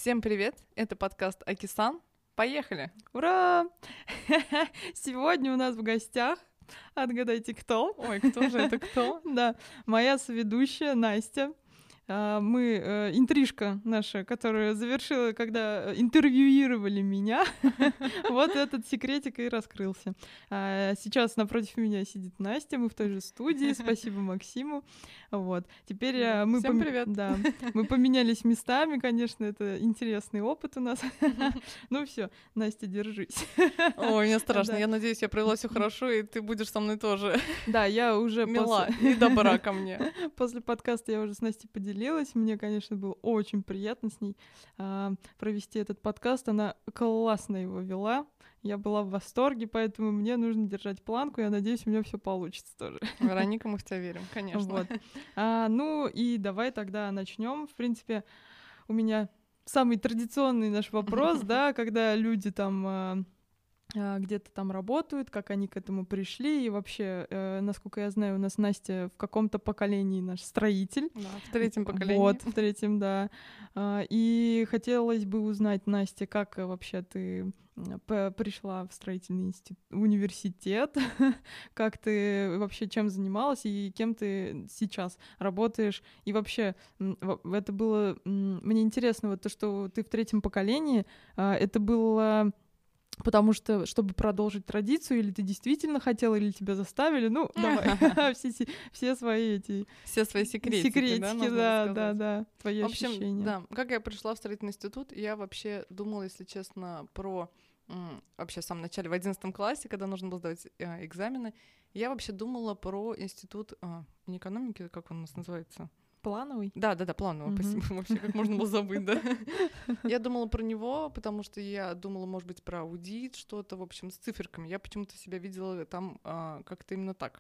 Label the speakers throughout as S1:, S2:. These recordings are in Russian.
S1: Всем привет! Это подкаст Аки-сан. Поехали!
S2: Ура! Сегодня у нас в гостях, отгадайте, кто?
S1: Ой, кто же это кто?
S2: Да, моя соведущая Настя. Мы интрижка наша, которая завершила, когда интервьюировали меня. Вот этот секретик и раскрылся. Сейчас напротив меня сидит Настя, мы в той же студии. Спасибо Максиму. Вот. Теперь мы
S1: Всем привет.
S2: Да, мы поменялись местами, конечно, это интересный опыт у нас. Ну все, Настя, держись.
S1: Ой, мне страшно.
S2: Да.
S1: Я надеюсь, я провела все хорошо, и ты будешь со мной тоже
S2: Да, я уже
S1: мила и добра ко мне.
S2: после подкаста я уже с Настей поделилась. Мне, конечно, было очень приятно с ней провести этот подкаст. Она классно его вела. Я была в восторге, поэтому мне нужно держать планку. Я надеюсь, у меня все получится тоже.
S1: Вероника, мы в тебя верим, конечно.
S2: Вот. Ну и давай тогда начнем. В принципе, у меня самый традиционный наш вопрос, да, когда люди там где-то там работают, как они к этому пришли, и вообще, насколько я знаю, у нас Настя в каком-то поколении наш строитель.
S1: Да, в третьем поколении.
S2: Вот, в третьем, да. И хотелось бы узнать, Настя, как вообще ты пришла в строительный университет, как ты вообще чем занималась и кем ты сейчас работаешь, и вообще это было, мне интересно, вот то, что ты в третьем поколении, это было... Потому что, чтобы продолжить традицию, или ты действительно хотела, или тебя заставили, ну, давай, все свои эти...
S1: Все свои секретики,
S2: да, твои
S1: ощущения. В общем,
S2: ощущения.
S1: да, как я пришла в строительный институт, я вообще думала, если честно, про... Вообще, в самом начале, в 11 классе, когда нужно было сдавать экзамены, я вообще думала про институт не экономики, как он у нас называется?
S2: Плановый?
S1: Да, плановый, спасибо. Вообще, как можно было забыть, да? Я думала про него, потому что я думала, может быть, про аудит, что-то, в общем, с циферками. Я почему-то себя видела там как-то именно так.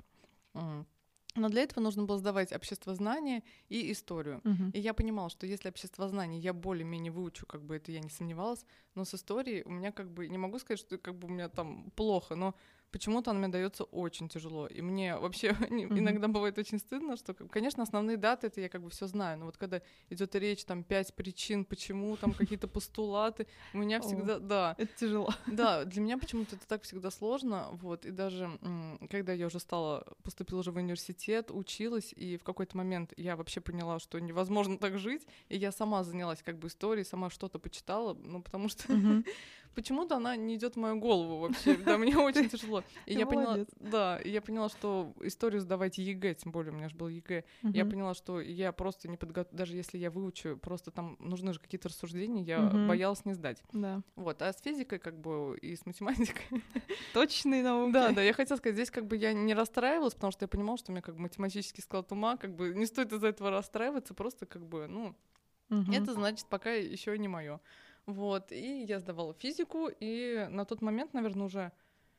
S1: Но для этого нужно было сдавать обществознание и историю. И я понимала, что если обществознание я более-менее выучу, как бы это я не сомневалась, но с историей у меня как бы, не могу сказать, что как бы у меня там плохо, но почему-то она мне дается очень тяжело. И мне вообще иногда бывает очень стыдно, что, конечно, основные даты, это я как бы все знаю, но вот когда идет речь, там, 5 причин, почему, там, какие-то постулаты, у меня всегда, да.
S2: Это тяжело.
S1: Да, для меня почему-то это так всегда сложно, вот, и даже когда я уже поступила уже в университет, училась, и в какой-то момент я вообще поняла, что невозможно так жить, и я сама занялась как бы историей, сама что-то почитала, ну, потому что почему-то она не идет в мою голову вообще, да, мне очень тяжело. И я поняла, да, и я поняла, что историю сдавать ЕГЭ, тем более у меня же был ЕГЭ, я поняла, что я просто не подготовлю, даже если я выучу, просто там нужны же какие-то рассуждения, я боялась не сдать.
S2: Да.
S1: Вот, а с физикой как бы и с математикой...
S2: Точные науки.
S1: Да, я хотела сказать, здесь как бы я не расстраивалась, потому что я понимала, что у меня как бы математический склад ума, как бы не стоит из-за этого расстраиваться, просто как бы, ну, это значит пока еще не мое. Вот, и я сдавала физику, и на тот момент, наверное, уже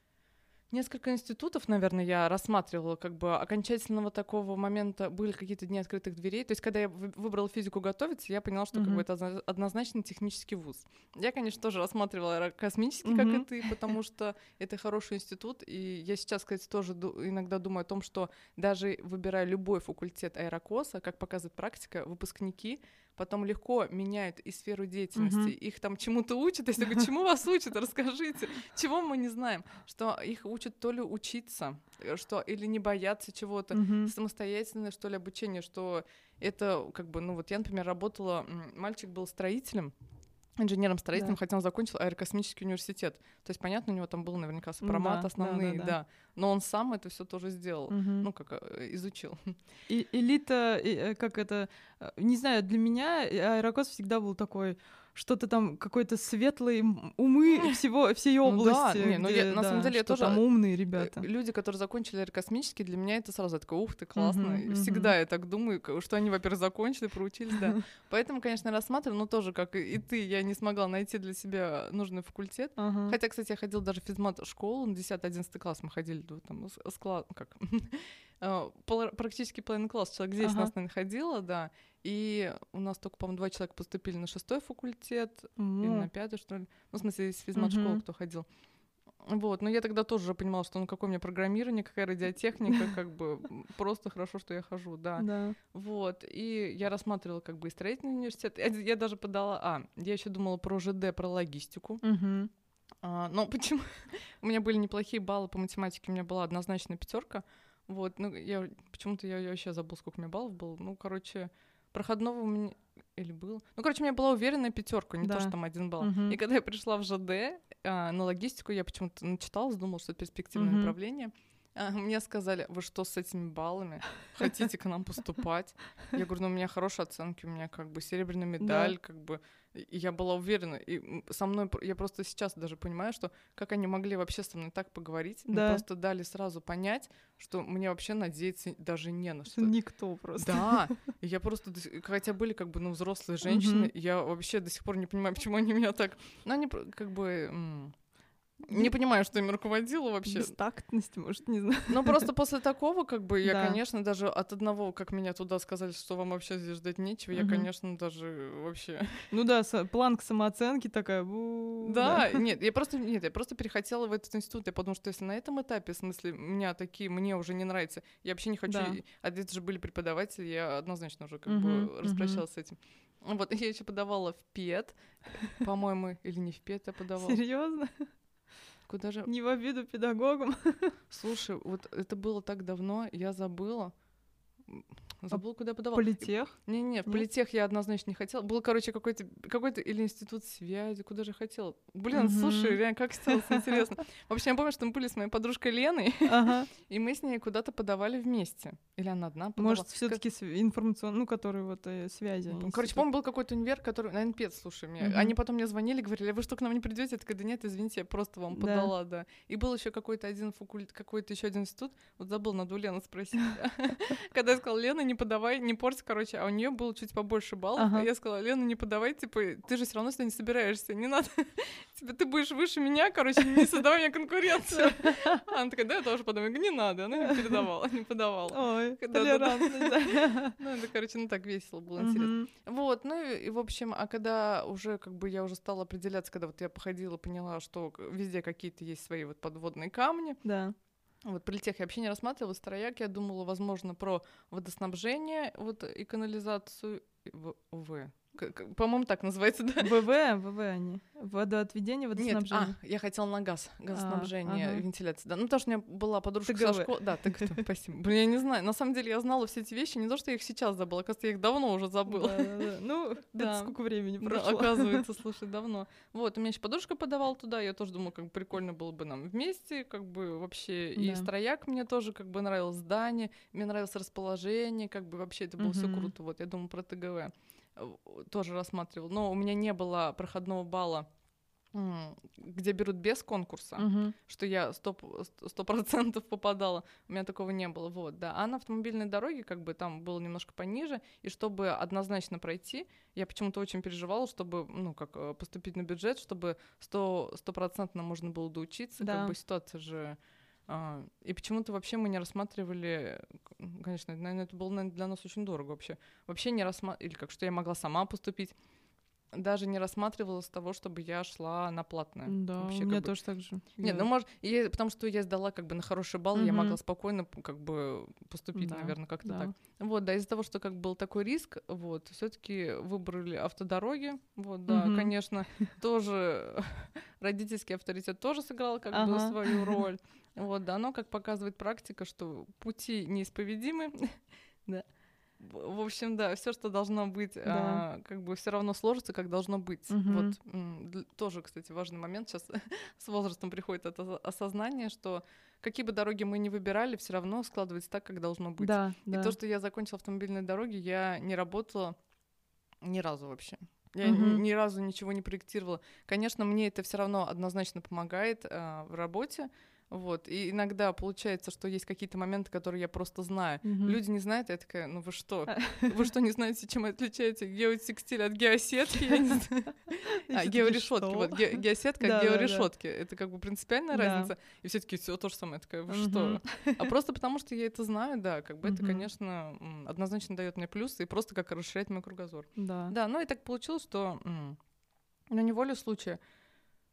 S1: несколько институтов, наверное, я рассматривала, как бы окончательного такого момента были какие-то дни открытых дверей. То есть, когда я выбрала физику готовиться, я поняла, что как бы, это однозначно технический вуз. Я, конечно, тоже рассматривала аэрокосмический, как и ты, потому что это хороший институт. И я сейчас, кстати, тоже иногда думаю о том, что даже выбирая любой факультет аэрокоса, как показывает практика, выпускники потом легко меняют и сферу деятельности. Их там чему-то учат. Если говорю, чему вас учат, расскажите. Чего мы не знаем? Что их учат то ли учиться, что или не бояться чего-то, самостоятельное, что ли, обучение, что это как бы, ну вот я, например, работала, мальчик был строителем, инженером-строителем, хотя он закончил аэрокосмический университет. То есть, понятно, у него там был наверняка сопромат основные, да. Но он сам это все тоже сделал, ну, как изучил.
S2: И элита, как это, не знаю, для меня аэрокос всегда был такой... что-то там, какой-то светлые умы всей области.
S1: На самом деле, я тоже...
S2: там умные ребята.
S1: Люди, которые закончили аэрокосмический, для меня это сразу такое, ух ты, классно. Всегда я так думаю, что они, во-первых, закончили, проучились, да. Поэтому, конечно, рассматриваю, но тоже, как и ты, я не смогла найти для себя нужный факультет. Хотя, кстати, я ходила даже в физмат-школу, на 10-11 класс мы ходили, там, практически половина класса, человек 10 нас, наверное, ходила, да. И у нас только, по-моему, 2 человека поступили на 6-й факультет, или на 5-й, что ли. Ну, в смысле, из физмат-школы кто ходил. Вот, но я тогда тоже уже понимала, что ну какое у меня программирование, какая радиотехника, как бы просто хорошо, что я хожу, да.
S2: Да.
S1: Вот, и я рассматривала как бы и строительный университет. Я даже подала, я еще думала про ЖД, про логистику. Но почему? У меня были неплохие баллы по математике, у меня была однозначная 5. Вот, ну я почему-то я вообще забыла, сколько у меня баллов было. Ну, короче, проходного у меня или был. Ну, короче, у меня была уверенная 5, не то, что там 1 балл. И когда я пришла в ЖД на логистику, я почему-то начиталась, думала, что это перспективное направление. Мне сказали, вы что с этими баллами? Хотите к нам поступать? Я говорю, ну у меня хорошие оценки, у меня как бы серебряная медаль, как бы. И я была уверена. И со мной, я просто сейчас даже понимаю, что как они могли вообще со мной так поговорить, мне просто дали сразу понять, что мне вообще надеяться даже не на что.
S2: Никто просто.
S1: Да, и я просто, хотя были как бы, ну, взрослые женщины, я вообще до сих пор не понимаю, почему они меня так, ну, они как бы... Не понимаю, что им руководило вообще.
S2: Бестактность, может, не знаю.
S1: Но просто после такого, как бы, я, конечно, даже от одного, как меня туда сказали, что вам вообще здесь ждать нечего, я, конечно, даже вообще...
S2: Ну да, планка самооценки такая...
S1: Да, нет, я просто перехотела в этот институт, я подумала, что если на этом этапе, в смысле, мне уже не нравится, я вообще не хочу... А это же были преподаватели, я однозначно уже как бы распрощалась с этим. Вот, я еще подавала в ПЕД, по-моему, или не в ПЕД я подавала.
S2: Серьезно?
S1: Куда же...
S2: Не в обиду педагогам.
S1: Слушай, вот это было так давно, я забыла. Забыла, куда я подавала.
S2: Политех?
S1: Не, в политех я однозначно не хотела. Был, короче, какой-то или институт связи, куда же я хотела. Блин, слушай, реально, как сделать, интересно. В общем, я помню, что мы были с моей подружкой Леной, и мы с ней куда-то подавали вместе. Или она одна подавала.
S2: Может, все-таки информационно, который вот связи.
S1: Короче, помню, был какой-то универ, который, наверное, ПЕД, слушай, мне. Они потом мне звонили, говорили, вы что, к нам не придете? Я такая, да нет, извините, я просто вам подала, да. И был еще какой-то еще один институт, вот забыл, надо у Лены спросить. Когда я сказала, Лена, не подавай, не порть, короче, а у нее было чуть побольше баллов, а я сказала, Лена, не подавай, типа, ты же все равно сюда не собираешься, не надо, типа, ты будешь выше меня, короче, не создавай мне конкуренцию. Она такая, да, я тоже подумала, не надо, она не передавала, не подавала.
S2: Ой, толерантность, да.
S1: Ну, это, короче, так весело было, интересно. Вот, ну и, в общем, а когда уже, как бы, я уже стала определяться, когда вот я походила, поняла, что везде какие-то есть свои вот подводные камни.
S2: Да.
S1: Вот политех я вообще не рассматривала, строяк я думала, возможно, про водоснабжение, вот и канализацию, по-моему, так называется, да?
S2: ВВ они. Водоотведение, водоснабжение.
S1: Нет, я хотела на газоснабжение, вентиляция. Да. Ну, потому что у меня была подружка со школы. Да, ТГВ, спасибо. Блин, я не знаю. На самом деле я знала все эти вещи, не то, что я их сейчас забыла, оказывается, я их давно уже забыла.
S2: Да. Ну, это сколько времени прошло.
S1: Да, оказывается, слушай, давно. Вот, у меня еще подружка подавала туда, я тоже думала, как бы прикольно было бы нам вместе, как бы вообще. И строяк мне тоже как бы нравилось здание, мне нравилось расположение, как бы вообще это было все круто. Вот, я думаю про ТГВ. Тоже рассматривал. Но у меня не было проходного балла, где берут без конкурса, что я 100% попадала. У меня такого не было. Вот, да. А на автомобильной дороге как бы там было немножко пониже. И чтобы однозначно пройти, я почему-то очень переживала, чтобы, ну, как поступить на бюджет, чтобы 100% можно было доучиться. Да. Как бы ситуация же... И почему-то вообще мы не рассматривали, конечно, наверное, это было для нас очень дорого вообще. Вообще не рассматривали, или как, что я могла сама поступить. Даже не рассматривалось того, чтобы я шла на платное.
S2: Да,
S1: вообще,
S2: у меня тоже так же.
S1: Нет, ну, может, потому что я сдала как бы на хороший балл, я могла спокойно как бы поступить, наверное, как-то так. Вот, да, из-за того, что как был такой риск, вот, все-таки выбрали автодороги, вот, да, конечно, тоже родительский авторитет тоже сыграл как бы свою роль. Вот, да, но, как показывает практика, что пути неисповедимы, да. В общем, да, все, что должно быть, как бы все равно сложится, как должно быть. Вот тоже, кстати, важный момент. Сейчас с возрастом приходит это осознание, что какие бы дороги мы ни выбирали, все равно складывается так, как должно быть.
S2: Да,
S1: и то, что я закончила автомобильные дороги, я не работала ни разу вообще. Я ни разу ничего не проектировала. Конечно, мне это все равно однозначно помогает в работе. Вот, и иногда получается, что есть какие-то моменты, которые я просто знаю. Люди не знают, я такая, ну вы что? Вы что, не знаете, чем отличаете геотекстиль от геосетки? Я не знаю. Георешетки. Вот, геосетка от георешетки. Это как бы принципиальная разница. И все-таки все то же самое. Я такая, вы что? А просто потому, что я это знаю, да, как бы это, конечно, однозначно дает мне плюсы и просто как расширяет мой кругозор. Да, ну и так получилось, что на неволе случая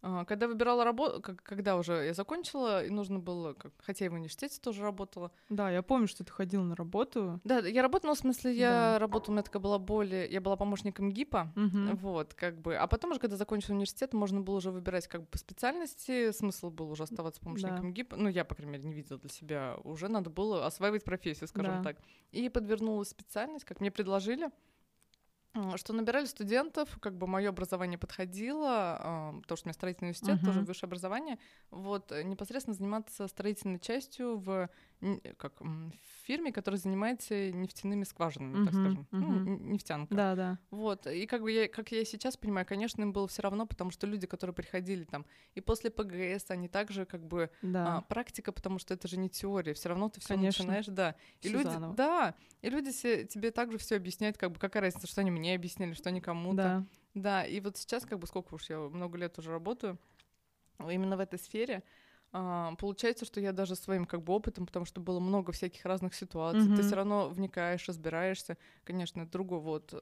S1: Когда выбирала работу, когда уже я закончила, и нужно было, хотя и в университете тоже работала.
S2: Да, я помню, что ты ходила на работу.
S1: Да, я работала, в смысле, я работала, у меня такая была я была помощником ГИПа, вот, а потом уже, когда закончила университет, можно было уже выбирать по специальности, смысл был уже оставаться помощником ГИПа, я, по крайней мере, не видела для себя, уже надо было осваивать профессию, скажем так. И подвернулась специальность, как мне предложили, что набирали студентов, мое образование подходило, потому что у меня строительный университет, тоже высшее образование, вот, непосредственно заниматься строительной частью в фирме, которая занимается нефтяными скважинами, так скажем, нефтянка.
S2: Да.
S1: Вот, и как я сейчас понимаю, конечно, им было все равно, потому что люди, которые приходили там и после ПГС, они также практика, потому что это же не теория, все равно ты все начинаешь, да. И люди, тебе также все объясняют, какая разница, что они мне объяснили, что они кому-то. Да, и вот сейчас, сколько уж я много лет уже работаю именно в этой сфере, получается, что я даже своим опытом, потому что было много всяких разных ситуаций, ты все равно вникаешь, разбираешься, конечно, это другое, вот.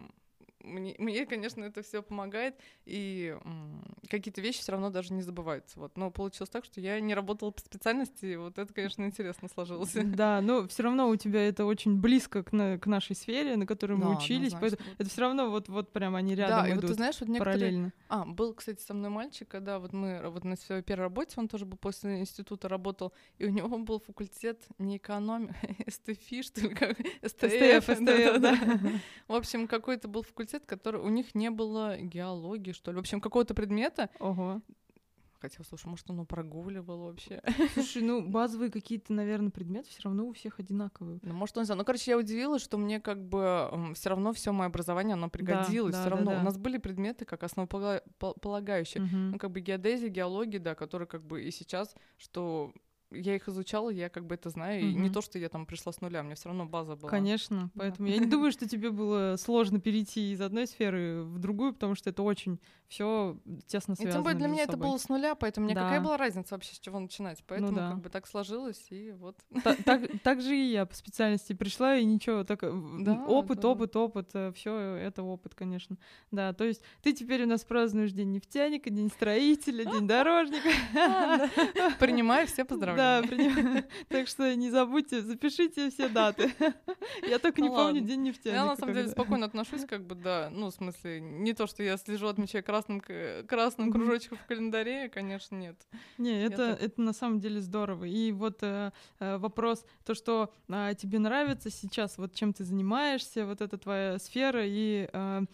S1: Мне, конечно, это все помогает, и какие-то вещи все равно даже не забываются. Вот. Но получилось так, что я не работала по специальности, и вот это, конечно, интересно сложилось.
S2: Да, но все равно у тебя это очень близко к нашей сфере, на которой мы учились, поэтому это все равно вот прям они рядом идут,
S1: вот ты знаешь, вот
S2: параллельно.
S1: Был, кстати, со мной мальчик, когда вот мы на своей первой работе, он тоже был после института работал, и у него был факультет не экономика, СТФИ, что ли, как СТФ, да. В общем, какой-то был факультет, который у них не было геологии, что ли. В общем, какого-то предмета.
S2: Ого.
S1: Хотя, слушай, может, он прогуливал вообще.
S2: Слушай, базовые какие-то, наверное, предметы все равно у всех одинаковые.
S1: Может, он не знаю. Короче, я удивилась, что мне все равно все мое образование, оно пригодилось. Все равно у нас были предметы как основополагающие. Геодезия, геология, да, которые и сейчас, что я их изучала, я это знаю, и не то, что я там пришла с нуля, у меня все равно база была.
S2: Конечно, поэтому я не думаю, что тебе было сложно перейти из одной сферы в другую, потому что это очень все тесно связано.
S1: И тем более для меня это было с нуля, поэтому мне какая была разница вообще, с чего начинать, поэтому так сложилось, и вот.
S2: Так же и я по специальности пришла, и ничего, опыт, все это опыт, конечно. Да, то есть ты теперь у нас празднуешь День нефтяника, День строителя, День дорожника.
S1: Принимаю все поздравления.
S2: Да, так что не забудьте, запишите все даты. Я только не помню День нефтяника.
S1: Я на самом деле спокойно отношусь, да, в смысле, не то, что я слежу, отмечаю красным кружочком в календаре, конечно, нет.
S2: Не, это на самом деле здорово. И вот вопрос, то, что тебе нравится сейчас, вот чем ты занимаешься, вот это твоя сфера, и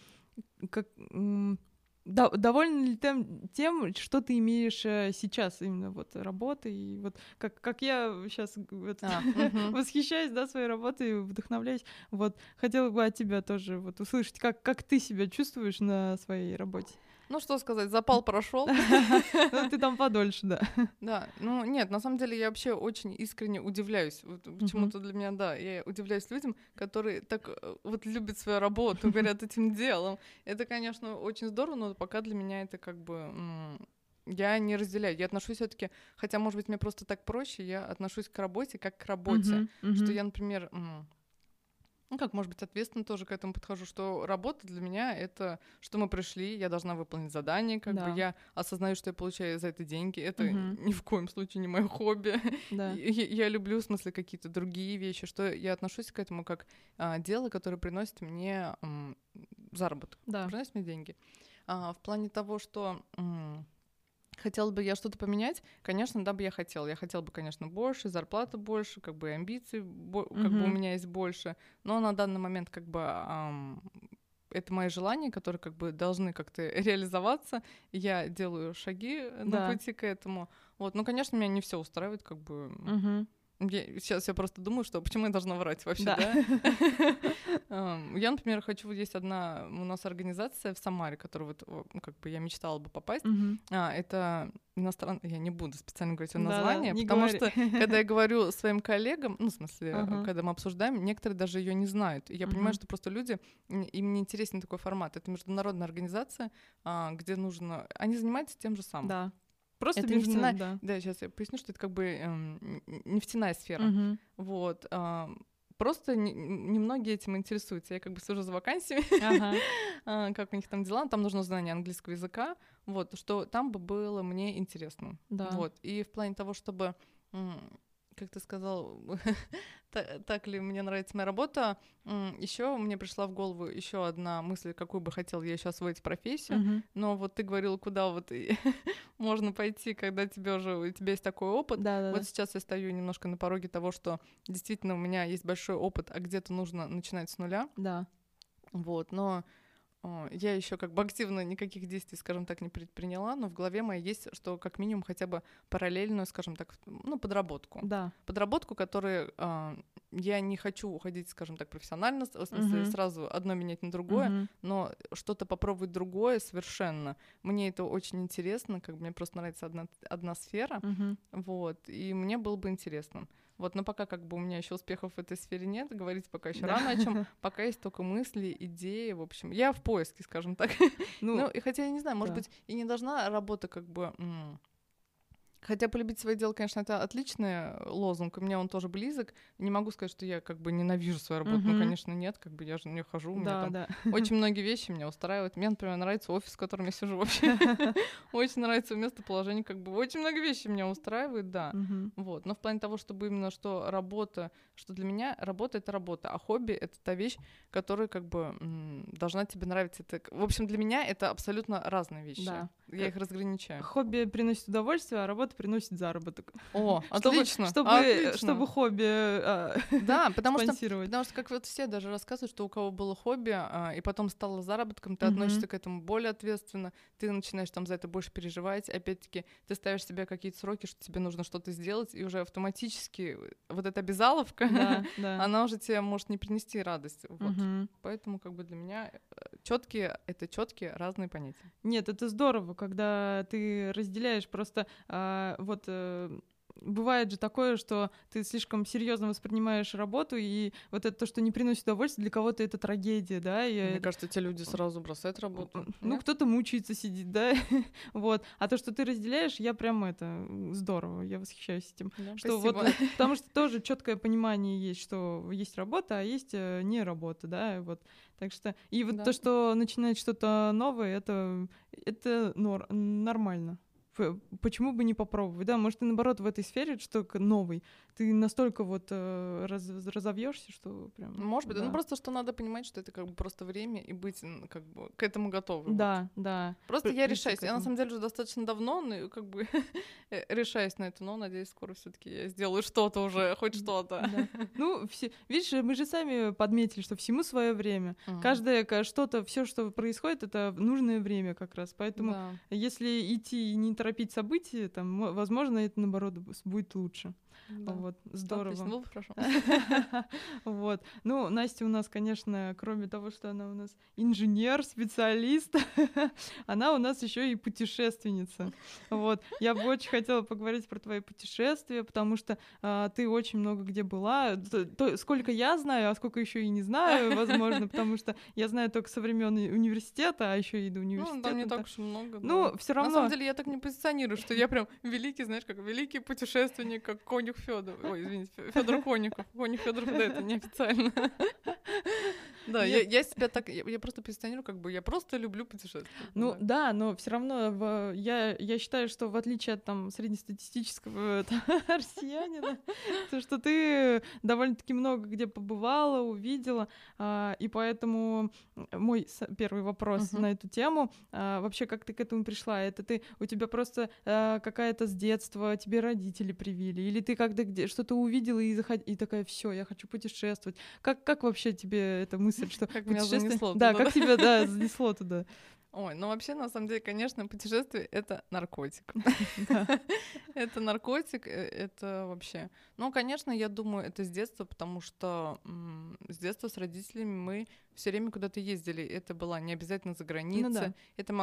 S2: довольна ли ты тем, что ты имеешь сейчас, именно вот работой, и вот как я сейчас восхищаюсь, да, своей работой, вдохновляюсь, вот хотела бы от тебя тоже вот услышать, как ты себя чувствуешь на своей работе.
S1: Ну, что сказать, запал прошел.
S2: Ты там подольше, да.
S1: Да, нет, на самом деле я вообще очень искренне удивляюсь. Почему-то для меня, да, я удивляюсь людям, которые так вот любят свою работу, горят этим делом. Это, конечно, очень здорово, но пока для меня это я не разделяю. Я отношусь все-таки, хотя, может быть, мне просто так проще, я отношусь к работе как к работе. Что я, например, может быть, ответственно тоже к этому подхожу, что работа для меня — это что мы пришли, я должна выполнить задание, я осознаю, что я получаю за это деньги, это ни в коем случае не мое хобби.
S2: Да.
S1: Я люблю, в смысле, какие-то другие вещи, что я отношусь к этому как дело, которое приносит мне заработок, приносит мне деньги. В плане того, что хотела бы я что-то поменять, конечно, да, бы я хотела. Я хотела бы, конечно, больше, зарплата больше, и амбиций у меня есть больше. Но на данный момент, это мои желания, которые должны как-то реализоваться. Я делаю шаги на пути к этому. Вот, конечно, меня не все устраивает, Сейчас я просто думаю, что почему я должна врать вообще, да? Я, например, есть одна у нас организация в Самаре, которую я мечтала бы попасть. Это иностранная, я не буду специально говорить название, потому что когда я говорю своим коллегам, в смысле, когда мы обсуждаем, некоторые даже ее не знают. И я понимаю, что просто люди, им не интересен такой формат. Это международная организация, где нужно... Они занимаются тем же самым.
S2: Да. Просто
S1: это нефтяная, да, сейчас я поясню, что это нефтяная сфера. Вот. просто немногие этим интересуются. Я как бы слежу за вакансиями, как у них там дела, там нужно знание английского языка, вот, что там бы было мне интересно. Вот. И в плане того, чтобы, как ты сказал, так ли мне нравится моя работа, еще мне пришла в голову еще одна мысль, какую бы хотела я еще освоить профессию, но вот ты говорила, куда вот можно пойти, когда у тебя есть такой опыт. Вот сейчас я стою немножко на пороге того, что действительно у меня есть большой опыт, а где-то нужно начинать с нуля.
S2: Да.
S1: Вот, но я еще как бы активно никаких действий, скажем так, не предприняла, но в голове моей есть, что как минимум хотя бы параллельную, скажем так, подработку.
S2: Да.
S1: Подработку, которую я не хочу уходить, скажем так, профессионально, в смысле сразу одно менять на другое, но что-то попробовать другое совершенно. Мне это очень интересно, как бы мне просто нравится одна сфера, вот, и мне было бы интересно. Вот, но пока как бы у меня еще успехов в этой сфере нет, говорить пока еще рано о чем, пока есть только мысли, идеи, в общем. Я в поиске, скажем так. Ну, и хотя я не знаю, может быть, и не должна работа как бы... Хотя полюбить свое дело, конечно, это отличный лозунг, у меня он тоже близок. Не могу сказать, что я как бы ненавижу свою работу, ну, конечно, нет, как бы я же на нее хожу, у меня там очень многие вещи меня устраивают. Мне, например, нравится офис, в котором я сижу вообще. Очень нравится местоположение, как бы очень много вещей меня устраивает, да. Вот. Но в плане того, чтобы именно что работа, что для меня работа — это работа, а хобби — это та вещь, которая как бы должна тебе нравиться. В общем, для меня это абсолютно разные вещи. Я их разграничаю.
S2: Хобби приносит удовольствие, а работа приносит заработок.
S1: О, отлично.
S2: Чтобы хобби
S1: спонсировать. Потому что как вот все даже рассказывают, что у кого было хобби, и потом стало заработком, ты относишься к этому более ответственно, ты начинаешь там за это больше переживать. Опять-таки, ты ставишь себе какие-то сроки, что тебе нужно что-то сделать, и уже автоматически вот эта обязаловка, она уже тебе может не принести радость. Вот. Поэтому как бы для меня четкие разные понятия.
S2: Нет, это здорово, когда ты разделяешь просто бывает же такое, что ты слишком серьезно воспринимаешь работу, и вот это то, что не приносит удовольствия, для кого-то это трагедия, да?
S1: Мне кажется, те люди сразу бросают работу.
S2: Ну, кто-то мучается, сидит, да? Вот. А то, что ты разделяешь, я прям здорово, я восхищаюсь этим.
S1: Да,
S2: что вот, потому что тоже четкое понимание есть, что есть работа, а есть не работа, да? Вот. Так что и вот то, что начинает что-то новое, это нормально. Почему бы не попробовать, да? Может, ты, наоборот, в этой сфере что-то новый. Ты настолько вот разовьешься, что прям...
S1: Может быть, просто что надо понимать, что это как бы просто время и быть как бы к этому готовым.
S2: Да, вот. Да.
S1: Просто я решаюсь. Я на самом деле уже достаточно давно, но как бы решаюсь на это, но надеюсь, скоро все-таки я сделаю что-то уже, хоть что-то.
S2: Да. Ну, видишь, мы же сами подметили, что всему свое время. Каждое что-то, все, что происходит, это нужное время как раз. Поэтому если идти и не торопить события, там, возможно, это наоборот будет лучше. Да. Вот, здорово.
S1: Отлично, было бы хорошо.
S2: Вот. Ну, Настя у нас, конечно, кроме того, что она у нас инженер, специалист, она у нас еще и путешественница. Вот. Я бы очень хотела поговорить про твои путешествия, потому что ты очень много где была. Сколько я знаю, а сколько еще и не знаю, возможно, потому что я знаю только со времен университета, а еще и до университета.
S1: Ну, там не так уж и много.
S2: Ну, все равно.
S1: На самом деле, я так не позиционирую, что я прям великий, знаешь, как великий путешественник, как Конюх Федор. Ой, извините, Федор Конюхов. Конюх Федоров, да, это неофициально. Да, я себя так, я просто позиционирую, как бы я просто люблю путешествовать.
S2: Ну да, но все равно я считаю, что в отличие от там среднестатистического россиянина, то что ты довольно-таки много где побывала, увидела, и поэтому мой первый вопрос на эту тему, вообще как ты к этому пришла? Это у тебя просто какая-то с детства тебе родители привили, или ты когда что-то увидела и такая, все, я хочу путешествовать? Как вообще тебе эта мысль, что
S1: как меня занесло
S2: туда? Да, как тебя занесло туда?
S1: Ой, ну вообще, на самом деле, конечно, путешествие — это наркотик. Это наркотик, это вообще... Ну, конечно, я думаю, это с детства, потому что с детства с родителями мы все время куда-то ездили. Это была не обязательно за границей. Это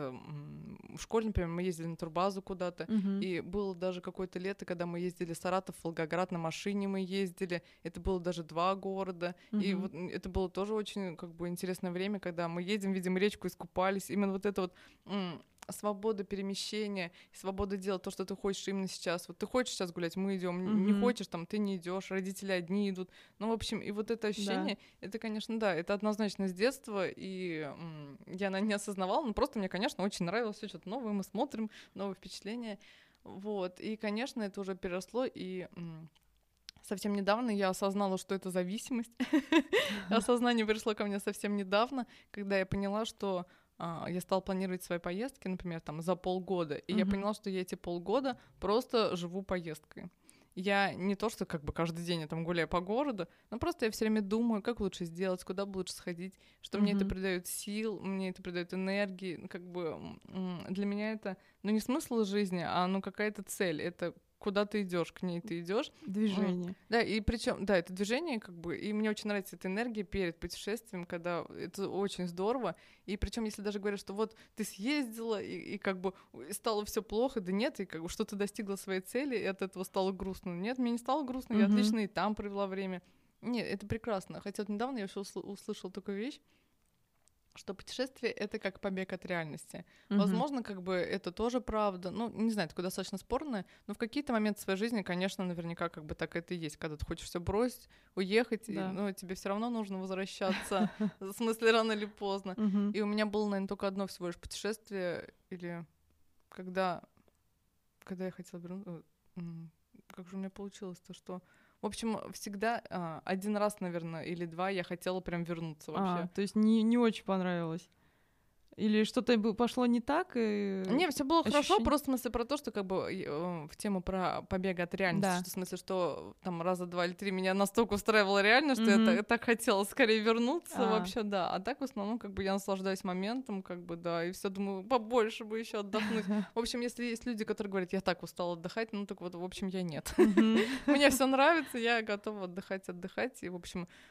S1: в школе, например, мы ездили на турбазу куда-то. И было даже какое-то лето, когда мы ездили в Саратов, Волгоград, на машине мы ездили. Это было даже 2 города. И вот это было тоже очень как бы интересное время, когда мы едем, видим речку, искупались. Именно вот это вот свобода перемещения, свобода делать то, что ты хочешь именно сейчас. Вот ты хочешь сейчас гулять, мы идем, не хочешь, там, ты не идешь, родители одни идут. Ну, в общем, и вот это ощущение, это, конечно, да, это однозначно с детства, и я не осознавала, но просто мне, конечно, очень нравилось все что-то новое, мы смотрим, новые впечатления. Вот, и, конечно, это уже переросло, и совсем недавно я осознала, что это зависимость. Осознание пришло ко мне совсем недавно, когда я поняла, что я стала планировать свои поездки, например, там, за полгода, и я поняла, что я эти полгода просто живу поездкой. Я не то, что как бы каждый день я там гуляю по городу, но просто я все время думаю, как лучше сделать, куда бы лучше сходить, что мне это придает сил, мне это придает энергии, как бы для меня это, ну, не смысл жизни, а ну какая-то цель, это куда ты идешь, к ней ты идешь.
S2: Движение.
S1: Да, и причем, да, это движение, как бы, и мне очень нравится эта энергия перед путешествием, когда это очень здорово. И причем, если даже говорят, что вот ты съездила, и как бы стало все плохо, да нет, и как бы что ты достигла своей цели, и от этого стало грустно. Нет, мне не стало грустно, я отлично и там провела время. Нет, это прекрасно. Хотя вот недавно я еще услышала такую вещь, что путешествие — это как побег от реальности. Возможно, как бы это тоже правда. Ну, не знаю, такое достаточно спорное, но в какие-то моменты своей жизни, конечно, наверняка как бы так это и есть. Когда ты хочешь все бросить, уехать, но тебе все равно нужно возвращаться, в смысле, рано или поздно. И у меня было, наверное, только одно всего лишь путешествие, или когда я хотела вернуться... Как же у меня получилось-то, что... В общем, всегда один раз, наверное, или два я хотела прям вернуться вообще.
S2: То есть не очень понравилось? Или что-то пошло не так?
S1: Не, все было хорошо, просто в смысле про то, что как бы в тему про побега от реальности, что в смысле, что там раза 2 или 3 меня настолько устраивала реальность, что я так хотела скорее вернуться вообще, да. А так в основном как бы я наслаждаюсь моментом, как бы, да, и все думаю, побольше бы еще отдохнуть. В общем, если есть люди, которые говорят, я так устала отдыхать, ну так вот, в общем, я нет. Мне все нравится, я готова отдыхать, и в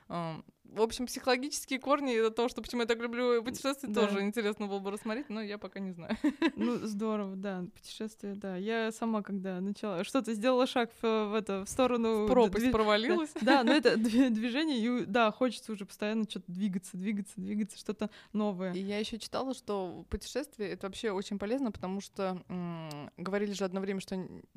S1: общем, психологические корни это то, что почему я так люблю путешествовать, тоже интересно было бы рассмотреть, но я пока не знаю.
S2: Ну, здорово, да, путешествие, да. Я сама, когда начала, что-то сделала шаг в сторону...
S1: В пропасть провалилась.
S2: Да, но это движение, и да, хочется уже постоянно что-то двигаться, что-то новое.
S1: И я еще читала, что путешествие — это вообще очень полезно, потому что говорили же одно время, что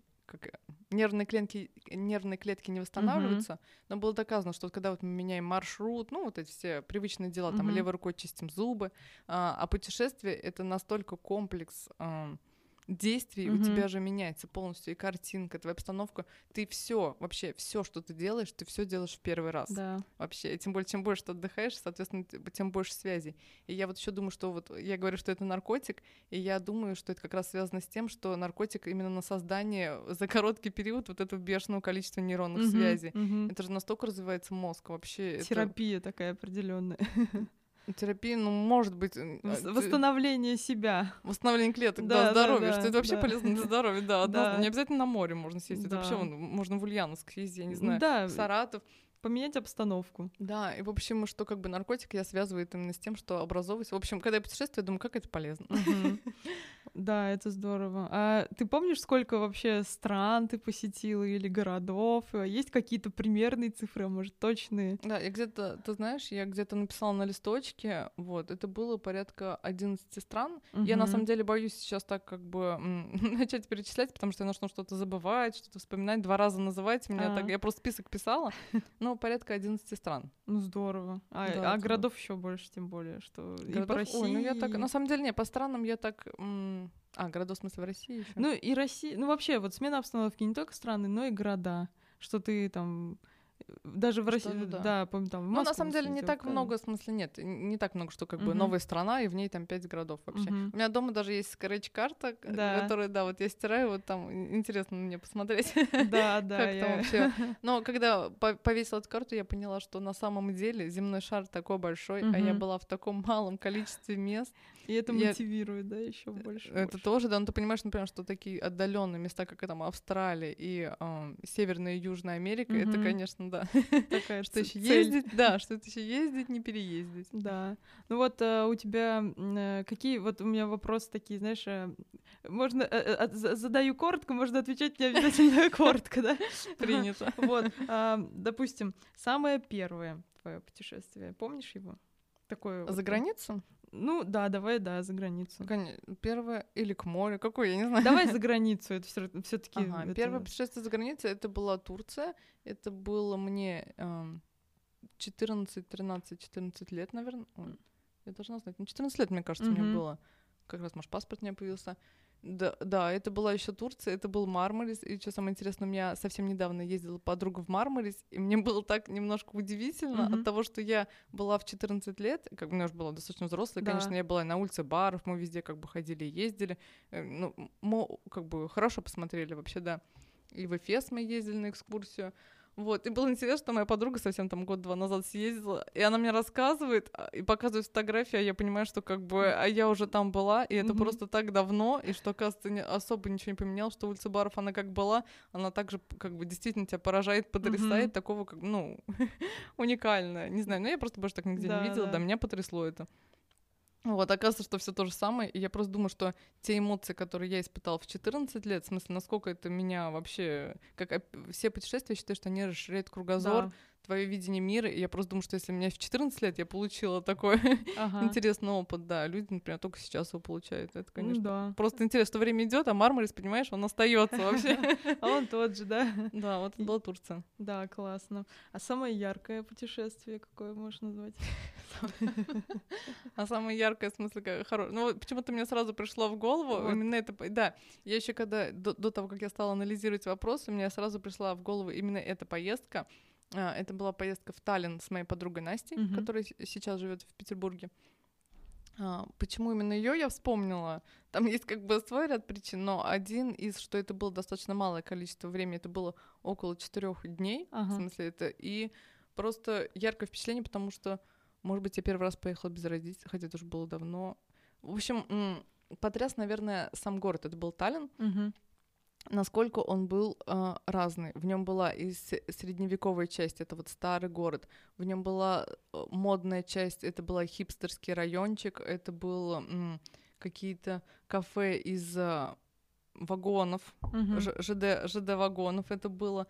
S1: нервные клетки не восстанавливаются, но было доказано, что когда вот мы меняем маршрут, ну вот эти все привычные дела, там левой рукой чистим зубы, а путешествие — это настолько комплекс действий, у тебя же меняется полностью и картинка, твоя обстановка, ты вообще все, что ты делаешь в первый раз.
S2: Да.
S1: Вообще, тем более, чем больше ты отдыхаешь, соответственно, тем больше связей. И я вот еще думаю, что вот я говорю, что это наркотик, и я думаю, что это как раз связано с тем, что наркотик именно на создание за короткий период вот этого бешеного количества нейронных связей. Это же настолько развивается мозг вообще.
S2: Терапия такая определенная.
S1: Терапия, ну, может быть...
S2: Восстановление себя.
S1: Восстановление клеток, да, здоровья, что это вообще полезно для здоровья, да. Не обязательно на море можно съездить, это вообще можно в Ульяновск съездить, я не знаю, в Саратов.
S2: Поменять обстановку.
S1: Да, и, в общем, что как бы наркотик я связываю именно с тем, что образовываюсь. В общем, когда я путешествую, я думаю, как это полезно.
S2: Да, это здорово. А ты помнишь, сколько вообще стран ты посетила или городов? Есть какие-то примерные цифры, а может, точные?
S1: Да, я где-то написала на листочке, вот, это было порядка 11 стран. Я, на самом деле, боюсь сейчас так как бы начать перечислять, потому что я начну что-то забывать, что-то вспоминать, 2 раза называть. Я просто список писала, но порядка 11 стран.
S2: Ну, здорово. А городов еще больше, тем более, что и по России.
S1: Ой, ну я так, на самом деле, по странам я так... городов, в смысле, в России еще?
S2: Ну, и Россия... Ну, вообще, вот смена обстановки не только страны, но и города. Что ты там... Даже в России, да, помню, там в Москву.
S1: Ну, на самом деле, не так много, в смысле, нет, не так много, что как бы новая страна, и в ней там 5 городов вообще. У меня дома даже есть скретч-карта, которую, да, вот я стираю, вот там интересно мне посмотреть.
S2: Да,
S1: как там вообще. Но когда повесила эту карту, я поняла, что на самом деле земной шар такой большой, а я была в таком малом количестве мест.
S2: И это мотивирует, да, еще больше.
S1: Это тоже, да, но ты понимаешь, например, что такие отдаленные места, как там Австралия и Северная и Южная Америка, это, конечно, да.
S2: Такая
S1: что еще ездить, да, что это еще ездить, не переездить.
S2: Да. Ну вот у тебя какие, вот у меня вопросы такие, знаешь, можно задаю коротко, можно отвечать не обязательно коротко, да?
S1: Принято.
S2: Вот, допустим, самое первое твое путешествие, помнишь его? Такое.
S1: За границу?
S2: Ну, да, давай, да, за границу.
S1: Первое или к морю, какой, я не знаю.
S2: Давай за границу, это все-таки.
S1: Ага, первое путешествие за границей, это была Турция. Это было мне 14 лет, наверное. Ой, я должна знать. 14 лет, мне кажется, мне было. Как раз, может, паспорт у меня появился. Да, это была еще Турция, это был Мармарис. И что самое интересное, у меня совсем недавно ездила подруга в Мармарис, и мне было так немножко удивительно от того, что я была в 14 лет, как бы я уже была достаточно взрослой,
S2: Да.
S1: конечно, я была на улице баров, мы везде как бы ходили и ездили. Ну, мы как бы хорошо посмотрели вообще, да. И в Эфес мы ездили на экскурсию. Вот, и было интересно, что моя подруга совсем там год-два назад съездила, и она мне рассказывает и показывает фотографии, а я понимаю, что как бы, а я уже там была, и это просто так давно, и что, оказывается, особо ничего не поменялось, что улица баров, она как была, она также как бы действительно тебя поражает, потрясает, такого как, ну, уникальная, не знаю, но я просто больше так нигде не видела, да, меня потрясло это. Вот, оказывается, что все то же самое, и я просто думаю, что те эмоции, которые я испытала в 14 лет, в смысле, насколько это меня вообще, как все путешествия, я считаю, что они расширяют кругозор, твое видение мира, и я просто думаю, что если у меня в 14 лет я получила такой интересный опыт, да, люди, например, только сейчас его получают, это, конечно, просто интересно, что время идет, а Мармарис, понимаешь, он остается вообще.
S2: А он тот же, да?
S1: Да, вот это была Турция.
S2: Да, классно. А самое яркое путешествие какое можешь назвать?
S1: А самое яркое, в смысле, хорошее. Ну, почему-то мне сразу пришло в голову именно это. Да, я еще когда, до того, как я стала анализировать вопросы, мне сразу пришла в голову именно эта поездка. Это была поездка в Таллин с моей подругой Настей, которая сейчас живет в Петербурге. Почему именно ее я вспомнила? Там есть как бы свой ряд причин, но один из, что это было достаточно малое количество времени, это было около 4 дней, в смысле это, и просто яркое впечатление, потому что, может быть, я первый раз поехала без родителей, хотя это уже было давно. В общем, потряс, наверное, сам город, это был Таллин. Насколько он был разный. В нем была и средневековая часть, это вот старый город. В нем была модная часть, это был хипстерский райончик, это было какие-то кафе из вагонов, ЖД-вагонов. Это было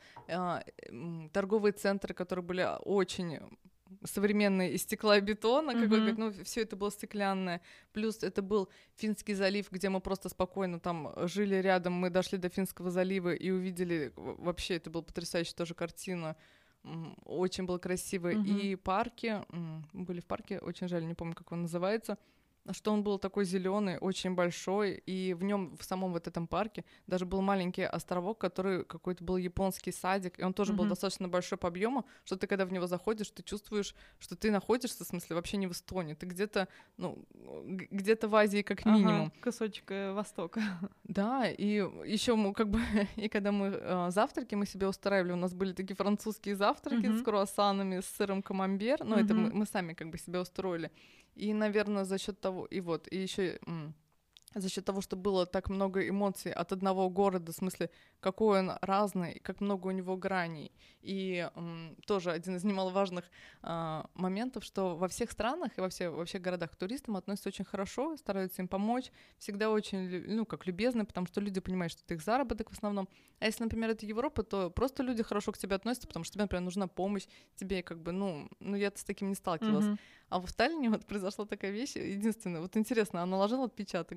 S1: торговые центры, которые были очень современные из стекла и бетона, ну, все это было стеклянное. Плюс это был Финский залив, где мы просто спокойно там жили рядом. Мы дошли до Финского залива и увидели, вообще это была потрясающая тоже картина. Очень было красиво. И парки, мы были в парке, очень жаль, не помню, как он называется, что он был такой зеленый, очень большой, и в нем, в самом вот этом парке, даже был маленький островок, который какой-то был японский садик, и он тоже был достаточно большой по объему, что ты, когда в него заходишь, ты чувствуешь, что ты находишься, в смысле, вообще не в Эстонии, ты где-то, ну, где-то в Азии как минимум.
S2: Кусочек Востока.
S1: Да, и еще мы как бы, и когда мы завтраки мы себе устраивали, у нас были такие французские завтраки с круассанами, с сыром камамбер, ну, это мы сами как бы себе устроили. И, наверное, за счет того, и еще за счет того, что было так много эмоций от одного города, в смысле, какой он разный, как много у него граней. И тоже один из немаловажных моментов, что во всех странах и во всех городах к туристам относятся очень хорошо, стараются им помочь, всегда очень, ну, как любезны, потому что люди понимают, что это их заработок в основном. А если, например, это Европа, то просто люди хорошо к тебе относятся, потому что тебе, например, нужна помощь, тебе как бы, ну я с таким не сталкивалась. А в Таллине вот произошла такая вещь, единственная, вот интересно, она наложила отпечаток,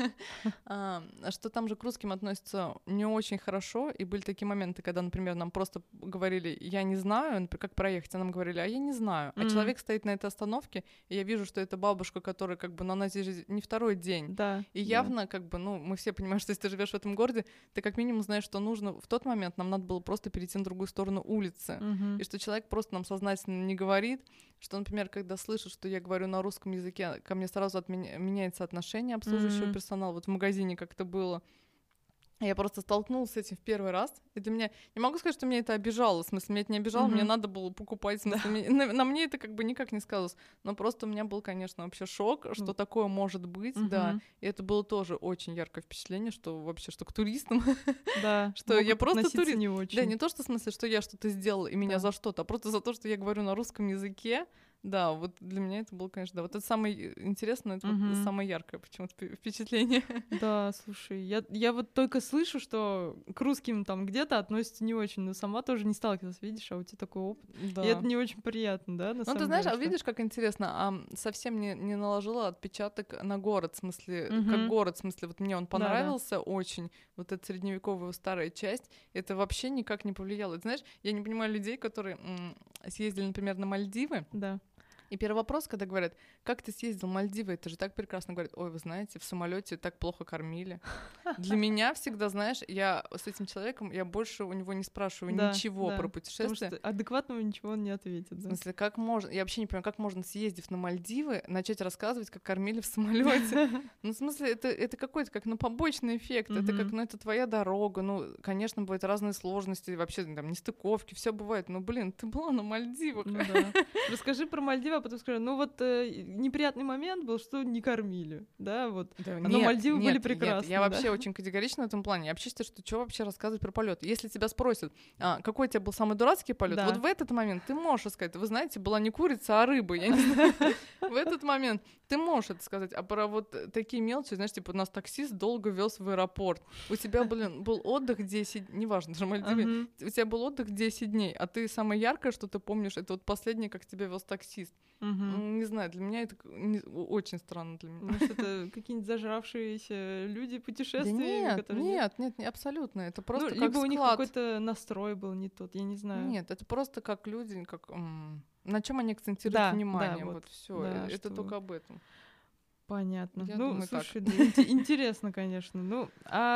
S1: да, что там же к русским относятся не очень хорошо, и были такие моменты, когда, например, нам просто говорили, я не знаю, например, как проехать, а нам говорили, а я не знаю, а человек стоит на этой остановке, и я вижу, что это бабушка, которая как бы, она здесь не второй день, и явно как бы, ну, мы все понимаем, что если ты живешь в этом городе, ты как минимум знаешь, что нужно, в тот момент нам надо было просто перейти на другую сторону улицы, и что человек просто нам сознательно не говорит, что, например, когда слышит, что я говорю на русском языке, ко мне сразу меняется отношение обслуживающего персонала. Вот в магазине как-то было. Я просто столкнулась с этим в первый раз. И для меня... Не могу сказать, что меня это обижало. В смысле, меня это не обижало, мне надо было покупать. В смысле, на мне это как бы никак не сказалось. Но просто у меня был, конечно, вообще шок, что такое может быть, да. И это было тоже очень яркое впечатление, что вообще, что к туристам...
S2: Да,
S1: что я просто турист.
S2: Не очень.
S1: Да, не то, что в смысле, что я что-то сделала и меня за что-то, а просто за то, что я говорю на русском языке, Да, вот для меня это было, конечно, да. Вот это самое интересное, это вот самое яркое почему-то впечатление.
S2: Да, слушай, я вот только слышу, что к русским там где-то относятся не очень, но сама тоже не сталкивалась, видишь, а у тебя такой опыт.
S1: Да.
S2: И это не очень приятно, да, на самом
S1: ты знаешь,
S2: деле.
S1: а видишь, как интересно, совсем не наложила отпечаток на город, в смысле, как город, в смысле, вот мне он понравился очень, вот эта средневековая старая часть, это вообще никак не повлияло. Ты знаешь, я не понимаю людей, которые съездили, например, на Мальдивы.
S2: Да.
S1: И первый вопрос, когда говорят, как ты съездил в Мальдивы, это же так прекрасно. Говорят, ой, вы знаете, в самолете так плохо кормили. Для меня всегда, знаешь, я с этим человеком, я больше у него не спрашиваю ничего про путешествие.
S2: Потому что адекватного ничего он не ответит.
S1: В смысле, как можно, я вообще не понимаю, как можно, съездив на Мальдивы, начать рассказывать, как кормили в самолете. Ну, в смысле, это какой-то как, побочный эффект, это как, это твоя дорога, конечно, бывают разные сложности, вообще там нестыковки, все бывает, блин, ты была на Мальдивах.
S2: Расскажи про Мальдивы, а потом скажи, неприятный момент был, что не кормили, да, вот. Но Мальдивы были прекрасны.
S1: Я вообще очень категорична в этом плане. Я вообще считаю, что вообще рассказывать про полет. Если тебя спросят, какой у тебя был самый дурацкий полет, вот в этот момент ты можешь сказать, вы знаете, была не курица, а рыба, я не знаю. В этот момент ты можешь это сказать, а про вот такие мелочи, знаешь, типа нас таксист долго вез в аэропорт, у тебя, был отдых 10, неважно, даже Мальдивы, у тебя был отдых 10 дней, а ты самое яркое, что ты помнишь, это вот последнее, как тебя вез таксист. Не знаю, для меня это очень странно для меня.
S2: Может, это какие-нибудь зажравшиеся люди, путешественники?
S1: Да нет, абсолютно. Это просто как
S2: либо
S1: склад.
S2: У них какой-то настрой был не тот, я не знаю.
S1: Нет, это просто как люди, как на чем они акцентируют внимание. Да, вот все. Да, это только об этом.
S2: Понятно.
S1: Я думаю,
S2: слушай, интересно, конечно.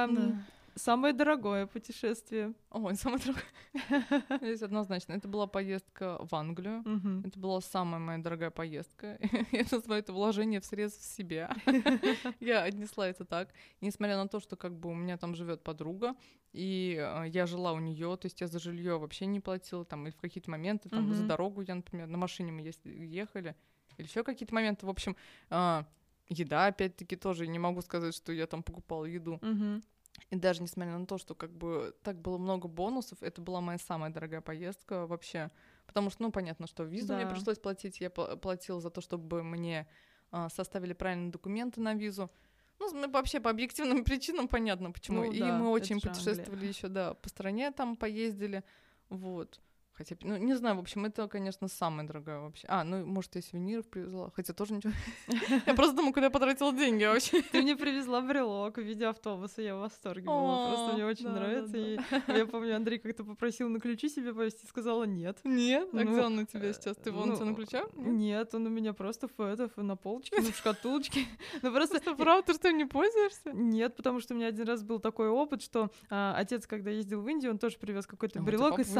S2: Самое дорогое путешествие.
S1: Ой, самое дорогое. Здесь однозначно. Это была поездка в Англию. Это была самая моя дорогая поездка. Я называю это вложение в средств в себя. Я отнесла это так. И несмотря на то, что у меня там живет подруга, и я жила у нее, то есть я за жилье вообще не платила, там, или в какие-то моменты, там, за дорогу я, например, на машине мы ехали, или еще какие-то моменты. В общем, еда, опять-таки, тоже не могу сказать, что я там покупала еду. И даже несмотря на то, что так было много бонусов, это была моя самая дорогая поездка вообще. Потому что, понятно, что визу мне пришлось платить. Я платила за то, чтобы мне составили правильные документы на визу. Вообще по объективным причинам понятно, почему. И мы очень путешествовали еще, по стране там поездили. Вот. Хотя, не знаю, в общем, это, конечно, самое дорогое вообще. Может, я сувениров привезла, хотя тоже ничего. Я просто думаю, куда я потратила деньги вообще.
S2: Ты мне привезла брелок в виде автобуса, я в восторге была. Просто мне очень нравится. И я помню, Андрей как-то попросил на ключи себе повезти, сказала нет.
S1: Нет? А где он у тебя сейчас? Ты вон тебя на ключах?
S2: Нет, он у меня просто на полочке, в шкатулочке.
S1: Просто правда, что не пользуешься?
S2: Нет, потому что у меня один раз был такой опыт, что отец, когда ездил в Индию, он тоже привез какой-то брелок из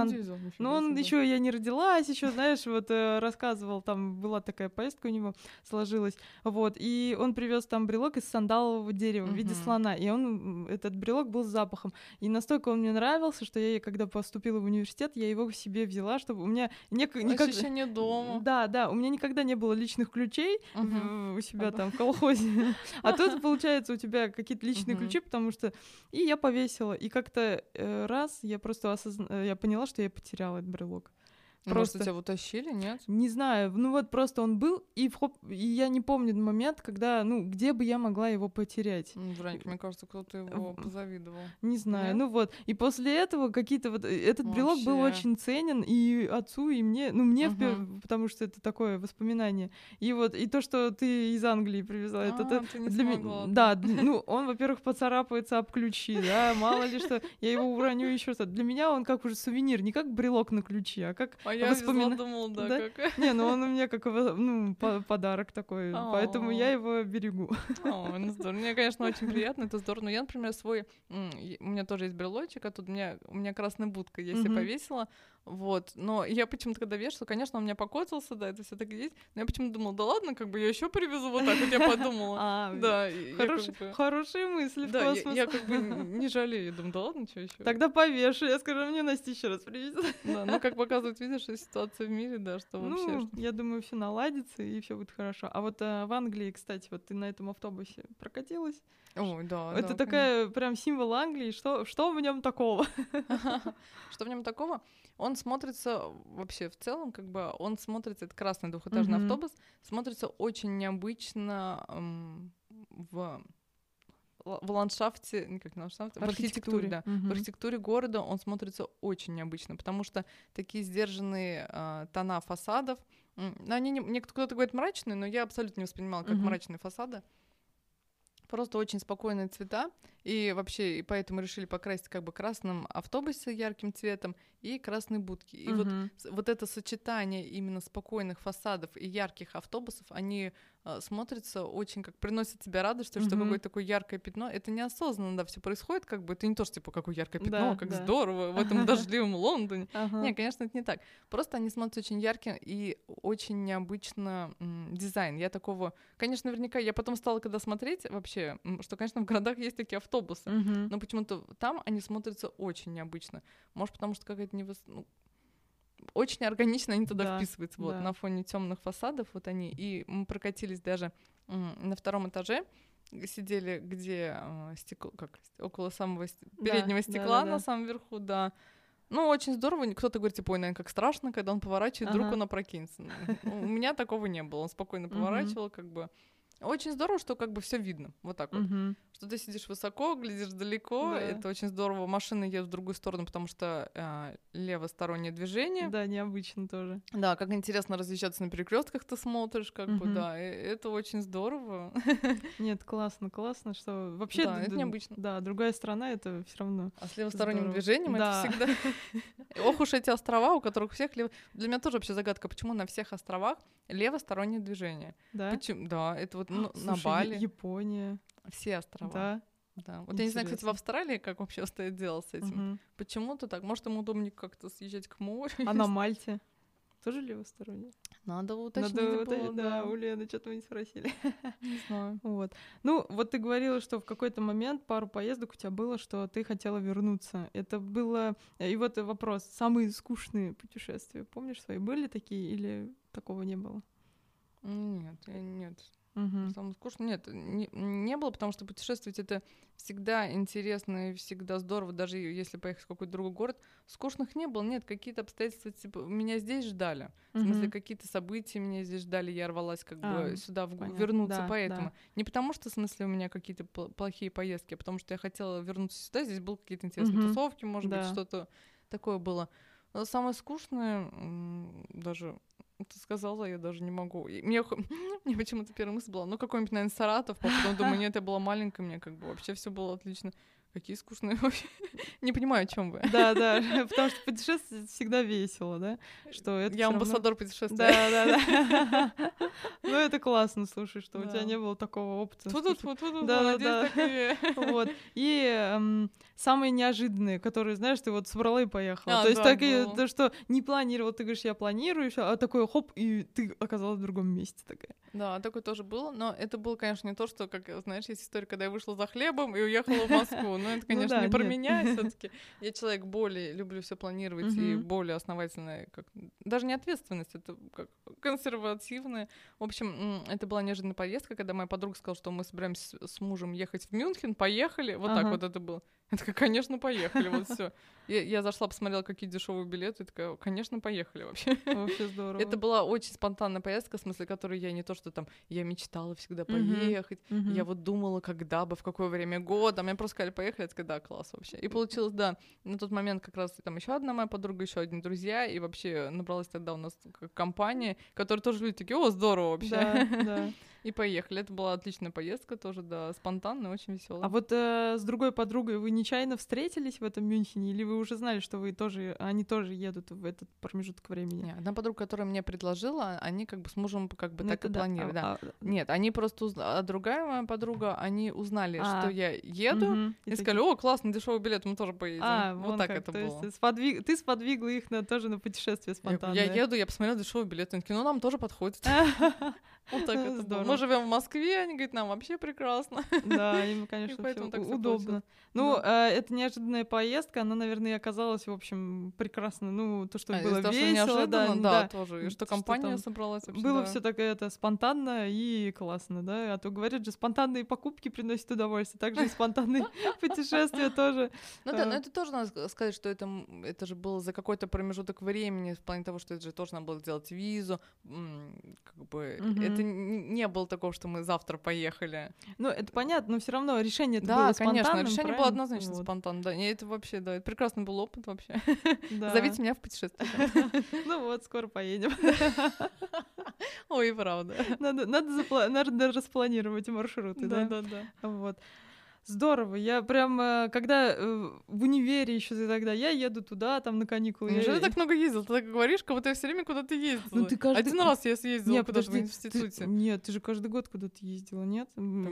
S2: он еще я не родилась, еще, знаешь, вот рассказывал, там была такая поездка у него сложилась, вот, и он привез там брелок из сандалового дерева в виде слона, и этот брелок был с запахом, и настолько он мне нравился, что я, когда поступила в университет, я его к себе взяла, чтобы у меня
S1: ощущение дома.
S2: Да, у меня никогда не было личных ключей у себя там в колхозе, а тут, получается, у тебя какие-то личные ключи, потому что, и я повесила, и как-то раз я просто я поняла, что я потеряла этот брелок.
S1: Просто тебя утащили, нет?
S2: Не знаю, просто он был, и я не помню момент, когда, где бы я могла его потерять.
S1: Вранька, мне кажется, кто-то его позавидовал.
S2: Не знаю, и после этого какие-то этот брелок был очень ценен и отцу, и мне, потому что это такое воспоминание. И то, что ты из Англии привезла, это для меня, да, он, во-первых, поцарапается об ключи, да, мало ли что, я его уроню еще что-то. Для меня он как уже сувенир, не как брелок на ключи, а как
S1: я думала, да, как...
S2: Не, он у меня как подарок такой, поэтому я его берегу.
S1: Здорово. Мне, конечно, очень приятно, это здорово. Но я, например, у меня тоже есть брелочек, а тут у меня красная будка, я себе повесила, вот. Но я почему-то, когда вешала, конечно, он у меня покоцался, да, это все так и есть, но я почему-то думала, да ладно, я еще привезу, вот так вот я подумала. Да.
S2: Хорошие мысли в космос.
S1: Да, я не жалею, я думаю, да ладно, что еще?
S2: Тогда повешу, я скажу, мне Настя еще раз привезет.
S1: Да, как показывает, видишь, ситуация в мире, да, что вообще...
S2: Я думаю, все наладится, и все будет хорошо. А вот в Англии, кстати, вот ты на этом автобусе прокатилась?
S1: Ой, да.
S2: Это такая прям символ Англии. Что в нем такого?
S1: Что в нем такого? он смотрится вообще в целом, как бы он смотрится, это красный двухэтажный автобус, смотрится очень необычно в ландшафте, как в ландшафте, в архитектуре, да. В архитектуре города он смотрится очень необычно, потому что такие сдержанные тона фасадов, они кто-то говорит мрачные, но я абсолютно не воспринимала как мрачные фасады. Просто очень спокойные цвета, и вообще и поэтому решили покрасить как бы красным автобусы ярким цветом и красные будки. И вот это сочетание именно спокойных фасадов и ярких автобусов, они смотрятся очень, как приносят тебе радость, что какое-то такое яркое пятно. Это неосознанно, да, все происходит, как бы это не то, что типа какое яркое пятно, как здорово в этом дождливом Лондоне. Не, конечно, это не так. Просто они смотрятся очень ярким и очень необычно дизайн. Я такого, конечно, наверняка, я потом стала когда смотреть вообще, что, конечно, в городах есть такие автобусы, но почему-то там они смотрятся очень необычно. Может, потому что какая-то очень органично они туда вписываются, вот, на фоне темных фасадов, вот они. И мы прокатились даже на втором этаже, сидели где стекло, около самого переднего стекла на самом верху, да. Ну, очень здорово. Кто-то говорит, типа, ой, наверное, как страшно, когда он поворачивает, вдруг он опрокинется. У меня такого не было. Он спокойно поворачивал, как бы. Очень здорово, что как бы все видно, вот так вот. Что ты сидишь высоко, глядишь далеко, это очень здорово. Машины едут в другую сторону, потому что левостороннее движение.
S2: Да, необычно тоже.
S1: Да, как интересно разъезжаться на перекрестках, ты смотришь, как бы, да, это очень здорово.
S2: Нет, классно, что вообще...
S1: Да, это необычно.
S2: Да, другая страна, это все равно.
S1: А с левосторонним движением это всегда... Ох уж эти острова, у которых всех... Для меня тоже вообще загадка, почему на всех островах левостороннее движение.
S2: Да?
S1: Почему? Да, это вот
S2: Слушай,
S1: на Бали.
S2: Япония.
S1: Все острова.
S2: Да.
S1: Да. Вот я не знаю, кстати, в Австралии как вообще стоит дело с этим. Почему-то так. Может, ему удобнее как-то съезжать к морю.
S2: А на Мальте? Тоже левостороннее?
S1: Надо уточнить.
S2: Да, у Лены что-то мы не спросили.
S1: Не знаю.
S2: Вот. Ну, вот ты говорила, что в какой-то момент пару поездок у тебя было, что ты хотела вернуться. Это было... И вот вопрос. Самые скучные путешествия, помнишь свои? Были такие или такого не было?
S1: Нет. Самое скучное? Нет, не было, потому что путешествовать это всегда интересно и всегда здорово, даже если поехать в какой-то другой город. Скучных не было, нет, какие-то обстоятельства типа меня здесь ждали. В смысле, какие-то события меня здесь ждали, я рвалась как бы сюда вернуться, да, поэтому. Да. Не потому что, в смысле, у меня какие-то плохие поездки, а потому что я хотела вернуться сюда, здесь были какие-то интересные тусовки, может быть, что-то такое было. Но самое скучное, даже... Ты сказала, я даже не могу. Мне почему-то первая мысль была, какой-нибудь, наверное, Саратов, а потом думаю, нет, я была маленькая, мне как бы вообще все было отлично. Какие скучные вообще. Не понимаю, о чем вы.
S2: Да, потому что путешествовать всегда весело, да? Что это
S1: я амбассадор путешествия.
S2: Да. Ну, это классно, слушай, что у тебя не было такого опыта.
S1: Да.
S2: Вот. И самые неожиданные, которые, знаешь, ты вот собрала и поехала. То есть такие, то, что не планировал, ты говоришь, я планирую, а такой хоп, и ты оказалась в другом месте такая.
S1: Да, такое тоже было, но это было, конечно, не то, что, как, знаешь, есть история, когда я вышла за хлебом и уехала в Москву. Но это, конечно, не про меня все-таки. Я человек более, люблю все планировать и более основательная, даже не ответственность, это как консервативная. В общем, это была неожиданная поездка, когда моя подруга сказала, что мы собираемся с мужем ехать в Мюнхен, поехали, вот так вот это было. Я такая, конечно, поехали, вот все. Я зашла, посмотрела, какие дешевые билеты, и такая, конечно, поехали вообще.
S2: Вообще здорово.
S1: Это была очень спонтанная поездка, в смысле, которой я не то, что там, я мечтала всегда поехать, я вот думала, когда бы, в какое время года, мне просто сказали, поехали, я такая, да, класс вообще. И получилось, да, на тот момент как раз там еще одна моя подруга, еще одни друзья, и вообще набралась тогда у нас компания, которые тоже люди такие, о, здорово вообще.
S2: Да.
S1: И поехали. Это была отличная поездка тоже, да, спонтанная, очень веселая.
S2: А вот с другой подругой вы нечаянно встретились в этом Мюнхене, или вы уже знали, что они тоже едут в этот промежуток времени?
S1: Нет, одна подруга, которая мне предложила, они как бы с мужем как бы так и планировали. Да. Нет, они просто а другая моя подруга, они узнали, что я еду, и сказали, о, классный дешевый билет, мы тоже поедем. Вот так это было.
S2: Ты сподвигла их тоже на путешествие спонтанное.
S1: Я еду, я посмотрела дешевый билет, они такие, нам тоже подходит. Вот так это было. Мы живем в Москве, они говорят, нам вообще прекрасно.
S2: Да, им, конечно, удобно. Ну, это неожиданная поездка, она, наверное, оказалась, в общем, прекрасно. Ну, то, что было весело,
S1: да, тоже. И что компания собралась вообще.
S2: Было все так это спонтанно и классно, да. А то говорят же, спонтанные покупки приносят удовольствие, также и спонтанные путешествия тоже.
S1: Ну да, но это тоже надо сказать, что это же было за какой-то промежуток времени, в плане того, что это же тоже надо было сделать визу, как бы это не было такого, что мы завтра поехали.
S2: Ну, это понятно, но все равно решение было спонтанным.
S1: Да, конечно, решение было однозначно спонтанным, да. И это вообще, да, это прекрасный был опыт вообще. Зовите меня в путешествие.
S2: Ну вот, скоро поедем.
S1: Ой, правда.
S2: Надо распланировать маршруты, да?
S1: Да.
S2: Вот. Здорово. Я прям, когда в универе еще тогда, я еду туда, там на каникулы.
S1: Неужели так много ездил? Ты так говоришь, как будто я все время куда-то ездила.
S2: Ну, ты
S1: Один раз я съездила куда-то в институте.
S2: Нет, ты же каждый год куда-то ездила, нет?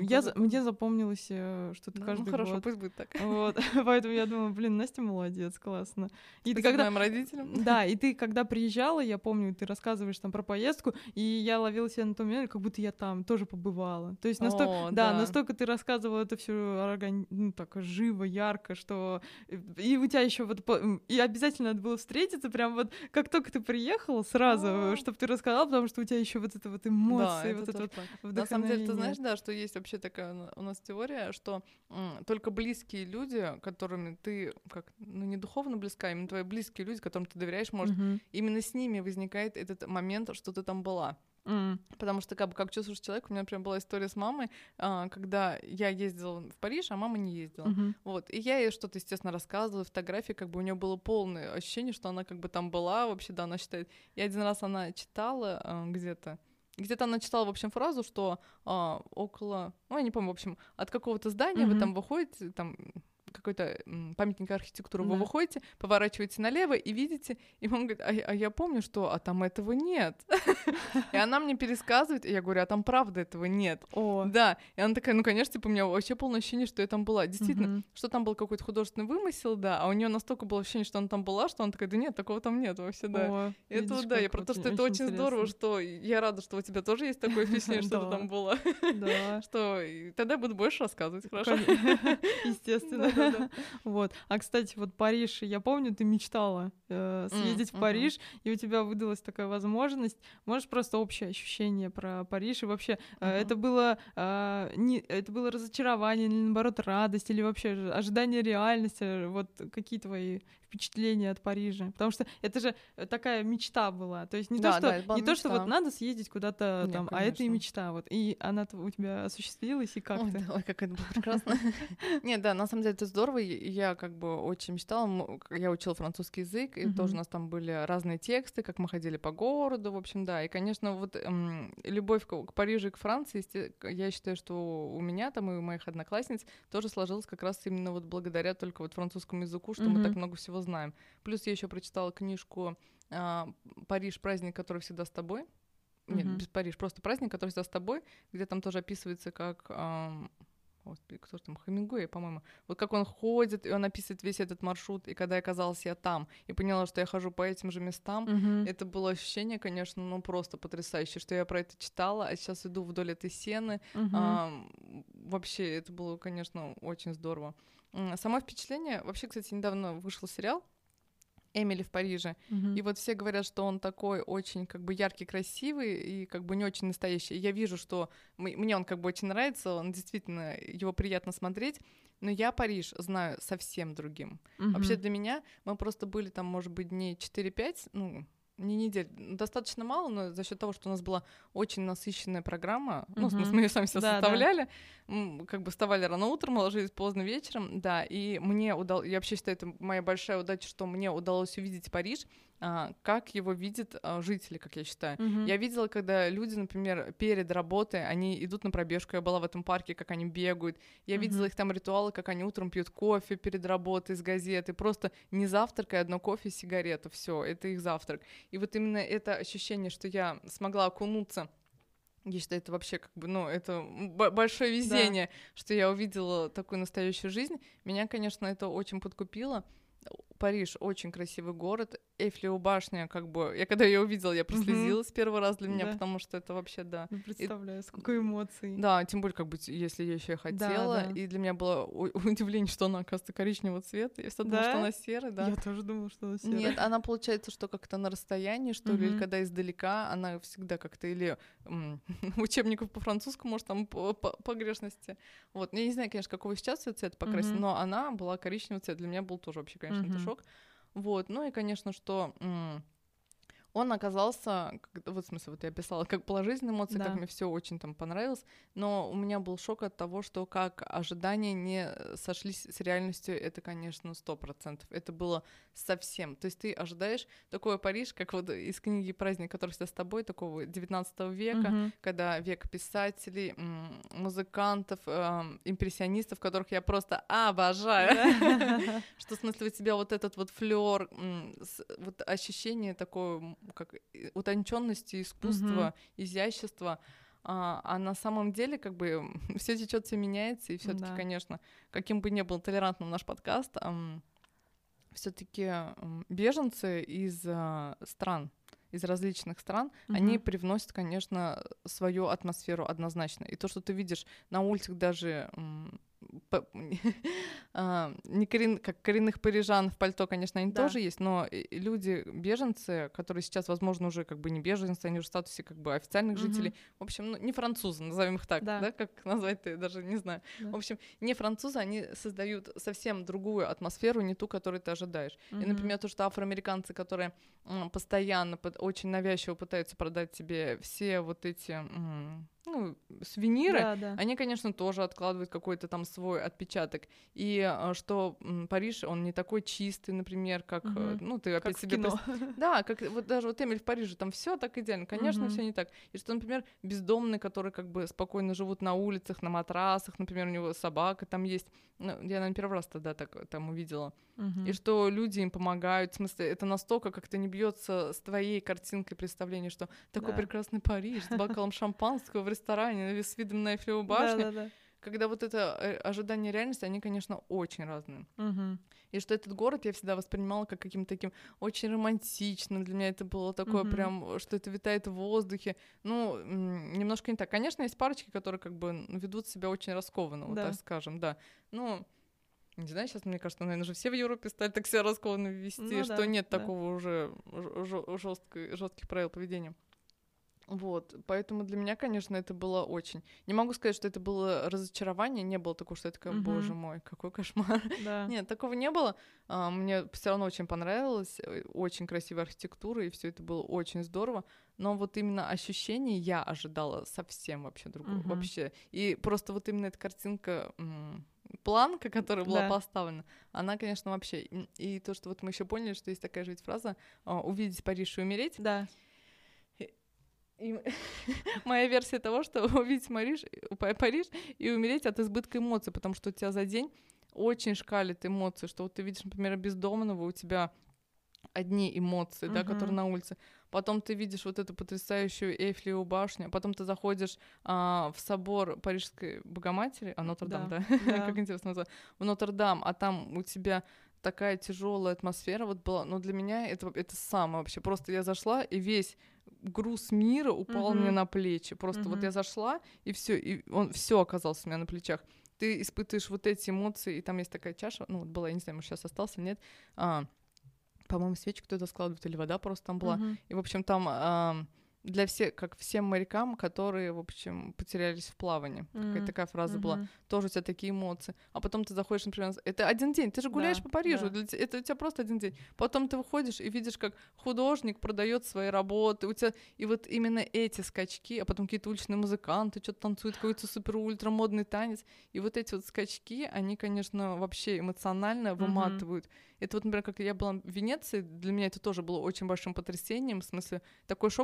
S2: Мне запомнилось, что ты каждый год.
S1: Хорошо, пусть будет так.
S2: Вот. Поэтому я думала, блин, Настя молодец, классно.
S1: И ты когда моим родителям.
S2: Да, и ты когда приезжала, я помню, ты рассказываешь там про поездку, и я ловила себя на том моменте, как будто я там тоже побывала. То есть настолько ты рассказывала это все так живо, ярко, что и у тебя еще вот и обязательно надо было встретиться, прям вот как только ты приехала, сразу, чтобы ты рассказала, потому что у тебя еще вот это вот эмоции, вот это вот вдохновение.
S1: На самом деле, ты знаешь, да, что есть вообще такая у нас теория, что только близкие люди, которыми ты не духовно близка, а именно твои близкие люди, которым ты доверяешь, может, именно с ними возникает этот момент, что ты там была. Потому что как чувствуешь человека, у меня прям была история с мамой, когда я ездила в Париж, а мама не ездила. Вот. И я ей что-то, естественно, рассказывала, фотографии, как бы у нее было полное ощущение, что она как бы там была, вообще, да, она считает. И один раз она читала где-то она читала, в общем, фразу, что около, я не помню, в общем, от какого-то здания вы там выходите, там какой-то памятник архитектуры, вы выходите, поворачиваете налево и видите, и он говорит, а я помню, что там этого нет. И она мне пересказывает, и я говорю, а там правда этого нет. Да, и она такая, ну, конечно, типа, у меня вообще полное ощущение, что я там была. Действительно, что там был какой-то художественный вымысел, да, а у нее настолько было ощущение, что она там была, что она такая, да нет, такого там нет вообще, да. Это вот, да, я про то, что это очень здорово, что я рада, что у тебя тоже есть такое впечатление, что ты там была. Да. Что тогда я буду больше рассказывать, хорошо?
S2: Естественно. Вот. А, кстати, вот Париж, я помню, ты мечтала съездить в Париж, и у тебя выдалась такая возможность. Можешь просто общее ощущение про Париж и вообще это было разочарование или наоборот радость или вообще ожидание реальности? Вот какие твои впечатления от Парижа? Потому что это же такая мечта была. То есть не то, что вот надо съездить куда-то там, а это и мечта. Вот. И она у тебя осуществилась, и как ты?
S1: Ой, как это было прекрасно. Нет, да, на самом деле это здорово. Я как бы очень мечтала. Я учила французский язык, и тоже у нас там были разные тексты, как мы ходили по городу, в общем, да. И, конечно, вот любовь к Парижу и к Франции, я считаю, что у меня там и у моих одноклассниц тоже сложилось как раз именно вот благодаря только вот французскому языку, что мы так много всего знаем. Плюс я еще прочитала книжку «Париж. Праздник, который всегда с тобой». Нет, без Париж, просто праздник, который всегда с тобой, где там тоже описывается, как... кто же там, Хемингуэй, по-моему. Вот как он ходит, и он описывает весь этот маршрут, и когда я оказалась я там, и поняла, что я хожу по этим же местам, это было ощущение, конечно, ну просто потрясающее, что я про это читала, а сейчас иду вдоль этой сены. Вообще, это было, конечно, очень здорово. Само впечатление, вообще, кстати, недавно вышел сериал «Эмили в Париже», и вот все говорят, что он такой очень как бы яркий, красивый и как бы не очень настоящий. Я вижу, что мне он как бы очень нравится, он действительно, его приятно смотреть, но я Париж знаю совсем другим. Вообще для меня мы просто были там, может быть, дней 4-5, не недель, достаточно мало, но за счет того, что у нас была очень насыщенная программа, в смысле, мы ее сами себя составляли, как бы вставали рано утром, ложились поздно вечером, да, и мне удалось, я вообще считаю, это моя большая удача, что мне удалось увидеть Париж, как его видят жители, как я считаю. Я видела, когда люди, например, перед работой, они идут на пробежку, я была в этом парке, как они бегают, я видела их там ритуалы, как они утром пьют кофе перед работой с газеты, просто не завтракая, одно кофе, сигарету, все, это их завтрак. И вот именно это ощущение, что я смогла окунуться, я считаю, это вообще как бы, это большое везение, что я увидела такую настоящую жизнь. Меня, конечно, это очень подкупило. Париж очень красивый город. Эйфелева башня, как бы... Я когда ее увидела, я прослезилась первый раз для меня, потому что это вообще, да.
S2: Ну, представляю, сколько эмоций.
S1: Да, тем более, как бы, если я еще и хотела. Да. И для меня было удивление, что она, оказывается, коричневого цвета. Я всегда думала, что она серая, да.
S2: Я тоже думала, что она серая.
S1: Нет, она получается, что как-то на расстоянии, что ли, или когда издалека, она всегда как-то или учебников по французскому, может, там по погрешности. Вот. Я не знаю, конечно, какого сейчас цвета покрасить, но она была коричневого цвета. Для меня был тоже вообще, конечно, это шок. Вот. Ну и, конечно, что... Он оказался, вот в смысле, вот я писала, как положительные эмоции, как мне все очень там понравилось, но у меня был шок от того, что как ожидания не сошлись с реальностью, это, конечно, 100%. Это было совсем. То есть ты ожидаешь такой Париж, как вот из книги «Праздник, который всегда с тобой», такого 19 века, когда век писателей, музыкантов, импрессионистов, которых я просто обожаю. Что, в смысле, у тебя вот этот вот флёр, вот ощущение такое, как утонченности, искусства, изящества, а на самом деле как бы все течет, все меняется, и все-таки, конечно, каким бы ни был толерантным наш подкаст, все-таки беженцы из стран, из различных стран, они привносят, конечно, свою атмосферу однозначно. И то, что ты видишь на улицах даже как коренных парижан в пальто, конечно, они тоже есть, но люди, беженцы, которые сейчас, возможно, уже как бы не беженцы, они уже в статусе как бы официальных жителей, в общем, не французы, назовем их так, да, как назвать-то, я даже не знаю. В общем, не французы, они создают совсем другую атмосферу, не ту, которую ты ожидаешь. И, например, то, что афроамериканцы, которые постоянно, очень навязчиво пытаются продать тебе все вот эти... сувениры, они, конечно, тоже откладывают какой-то там свой отпечаток. И что Париж, он не такой чистый, например, как, ты опять
S2: как
S1: себе... Да, как вот даже вот Эмиль в Париже, там все так идеально, конечно, все не так. И что, например, бездомные, которые как бы спокойно живут на улицах, на матрасах, например, у него собака там есть. Я, наверное, первый раз тогда так там увидела. И что люди им помогают, в смысле, это настолько как-то не бьется с твоей картинкой представления, что такой прекрасный Париж с бокалом шампанского в ресторане с видом на Эйфелеву башню. Когда вот это ожидание реальности, они, конечно, очень разные. И что этот город я всегда воспринимала как каким-то таким очень романтичным. Для меня это было такое прям, что это витает в воздухе. Немножко не так. Конечно, есть парочки, которые как бы ведут себя очень раскованно, вот так скажем, да. Не знаю, сейчас, мне кажется, наверное, уже все в Европе стали так себя раскованно вести, что нет такого уже жестких правил поведения. Вот, поэтому для меня, конечно, это было очень... Не могу сказать, что это было разочарование, не было такого, что я такая, боже мой, какой кошмар. Нет, такого не было. Мне все равно очень понравилось, очень красивая архитектура, и все это было очень здорово. Но вот именно ощущение я ожидала совсем вообще другого. Вообще. И просто вот именно эта картинка... планка, которая была поставлена, она, конечно, вообще... И то, что вот мы еще поняли, что есть такая же ведь фраза «увидеть Париж и умереть».
S2: Да.
S1: И моя версия того, что увидеть Париж и умереть от избытка эмоций, потому что у тебя за день очень шкалит эмоции, что вот ты видишь, например, бездомного, у тебя одни эмоции, да, которые на улице. Потом ты видишь вот эту потрясающую Эйфелеву башню, потом ты заходишь в собор Парижской Богоматери, Нотр-Дам, да? Как интересно называется, в Нотр-Дам, а там у тебя такая тяжелая атмосфера вот была. Но для меня это самое вообще. Просто я зашла, и весь груз мира упал мне на плечи. Просто вот я зашла, и все, и он все оказался у меня на плечах. Ты испытываешь вот эти эмоции, и там есть такая чаша, вот была, я не знаю, может, сейчас остался или нет, по-моему, свечку кто-то складывает, или вода просто там была. И, в общем, там для всех, как всем морякам, которые, в общем, потерялись в плавании. Какая-то такая фраза была. Тоже у тебя такие эмоции. А потом ты заходишь, например, это один день, ты же гуляешь по Парижу, это у тебя просто один день. Потом ты выходишь и видишь, как художник продает свои работы, у тебя и вот именно эти скачки, а потом какие-то уличные музыканты что-то танцуют, какой-то супер-ультрамодный танец. И вот эти вот скачки, они, конечно, вообще эмоционально выматывают. Это вот, например, как я была в Венеции, для меня это тоже было очень большим потрясением, в смысле такой шок, что ты даже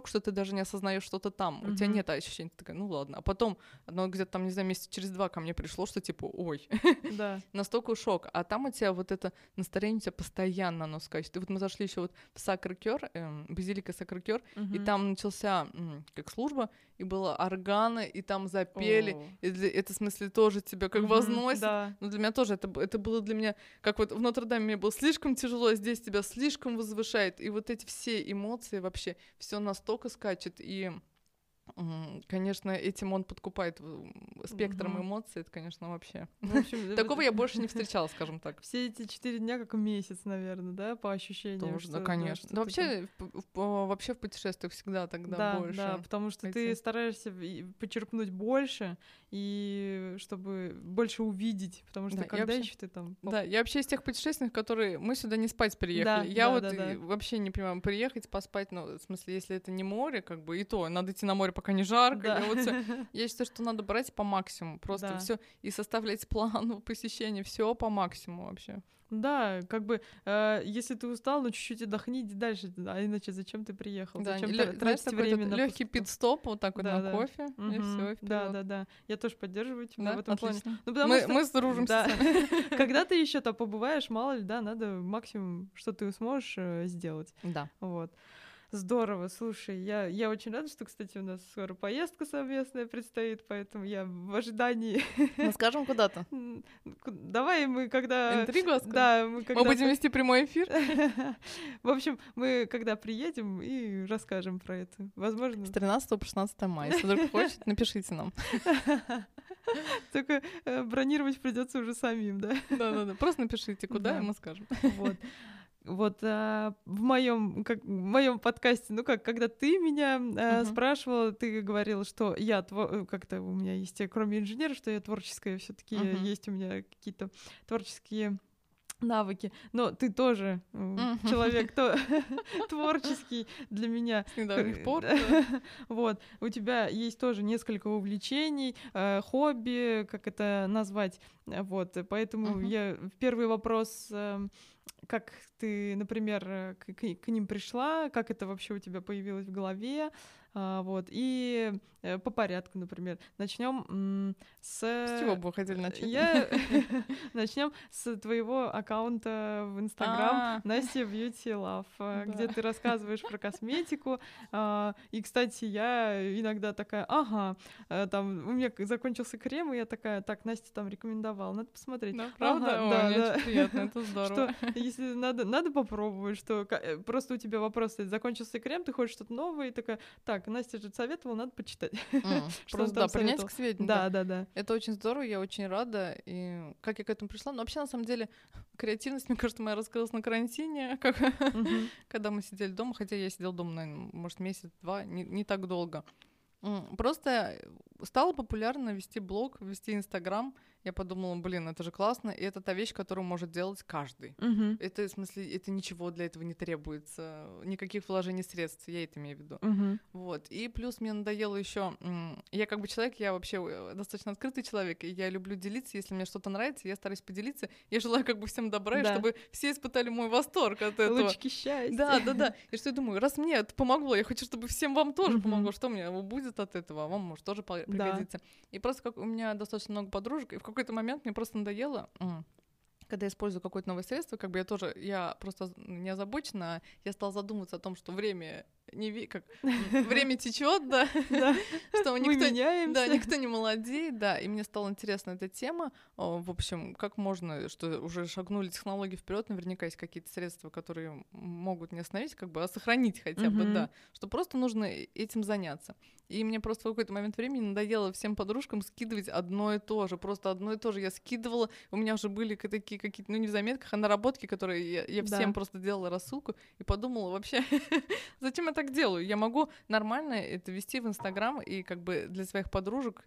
S1: даже не осознаешь, что ты там, у тебя нет ощущения, ты такая, ну ладно. А потом, оно где-то там, не знаю, месяца через 2 ко мне пришло, что типа, ой, настолько шок. А там у тебя вот это настроение у тебя постоянно оно скачет. И вот мы зашли еще вот в Сакрэ-Кёр, базилика Сакрэ-Кёр, и там начался как служба, и было органы, и там запели, и это в смысле тоже тебя как возносит. Но для меня тоже это было для меня, как вот в Нотр-Даме мне было слишком тяжело, а здесь тебя слишком возвышает. И вот эти все эмоции вообще, все настолько скачет, и конечно, этим он подкупает спектром эмоций, это, конечно, вообще.
S2: В общем,
S1: такого я больше не встречала, скажем так.
S2: Все эти 4 дня как месяц, наверное, да, по ощущениям.
S1: Тоже, да, конечно. Да, вообще в путешествиях всегда тогда больше.
S2: Да, потому что ты стараешься почерпнуть больше, и чтобы больше увидеть, потому что когда еще ты там...
S1: Да, я вообще из тех путешественников, которые... Мы сюда не спать приехали. Я вообще не понимаю, приехать, поспать, ну, в смысле, если это не море, как бы, и то, надо идти на море, пока не жарко. Я считаю, что надо брать по максимуму, просто все и составлять план посещения, все по максимуму вообще.
S2: Да, как бы, если ты устал, ну чуть-чуть отдохни, иди дальше, а иначе зачем ты приехал?
S1: Да,
S2: зачем тратить время на
S1: легкий пит-стоп, вот так вот на кофе, и все.
S2: Да. Я тоже поддерживаю тебя в этом плане.
S1: Ну, мы сдружимся.
S2: Когда ты еще там побываешь, мало ли, да, надо максимум, что ты сможешь сделать.
S1: Да.
S2: Вот. Здорово, слушай, я очень рада, что, кстати, у нас скоро поездка совместная предстоит, поэтому я в ожидании.
S1: Ну, скажем, куда-то.
S2: Давай мы когда...
S1: Интригу оскажем?
S2: Да,
S1: мы будем вести прямой эфир?
S2: В общем, мы когда приедем и расскажем про это. Возможно...
S1: С 13 по 16 мая. Если вдруг хочет, напишите нам.
S2: Только бронировать придется уже самим, да?
S1: Да. Просто напишите, куда, и мы скажем.
S2: Вот в моем подкасте, ну как, когда ты меня спрашивала, ты говорила, что я как-то у меня есть, кроме инженера, что я творческая, все-таки есть у меня какие-то творческие навыки, но ты тоже человек творческий для меня.
S1: С недавних пор.
S2: Вот, у тебя есть тоже несколько увлечений, хобби, как это назвать, вот, поэтому я первый вопрос... Как ты, например, к ним пришла, как это вообще у тебя появилось в голове, вот, и по порядку, например. Начнем с...
S1: С чего бы вы хотели начать?
S2: Начнем с твоего аккаунта в Инстаграм Настя Beauty Love, где ты рассказываешь про косметику. И, кстати, я иногда такая, там у меня закончился крем, и я такая, так, Настя там рекомендовала, надо посмотреть.
S1: Да, правда? Мне очень приятно, это здорово.
S2: Что, если надо попробовать, что просто у тебя вопрос стоит, закончился крем, ты хочешь что-то новое, и такая, так, Настя же советовала, надо почитать.
S1: Просто, да, принять к сведению.
S2: Да.
S1: Это очень здорово, я очень рада. И как я к этому пришла? Но вообще, на самом деле, креативность, мне кажется, моя раскрылась на карантине, когда мы сидели дома, хотя я сидела дома, наверное, может, месяц-два, не так долго. Просто стало популярно вести блог, вести Инстаграм. Я подумала, это же классно, и это та вещь, которую может делать каждый. Это, в смысле, это ничего для этого не требуется, никаких вложений средств, я это имею в виду. Вот. И плюс мне надоело еще, я как бы человек, я вообще достаточно открытый человек, и я люблю делиться, если мне что-то нравится, я стараюсь поделиться, я желаю как бы всем добра, и чтобы все испытали мой восторг от этого.
S2: Лучики счастья.
S1: Да. И что я думаю, раз мне это помогло, я хочу, чтобы всем вам тоже помогло, что мне будет от этого, а вам может тоже пригодится. И просто как у меня достаточно много подружек, и в какой-то момент мне просто надоело, когда я использую какое-то новое средство, как бы я просто не озабочена, я стала задумываться о том, что время время течет, да, что никто не молодеет, да, и мне стала интересна эта тема. В общем, как можно, что уже шагнули технологии вперед, наверняка есть какие-то средства, которые могут не остановить, как бы, а сохранить хотя бы, да, что просто нужно этим заняться. И мне просто в какой-то момент времени надоело всем подружкам скидывать одно и то же, просто одно и то же. Я скидывала, у меня уже были такие какие-то, не в заметках, а наработки, которые я всем просто делала рассылку, и подумала вообще, зачем я так делаю? Я могу нормально это вести в Инстаграм и как бы для своих подружек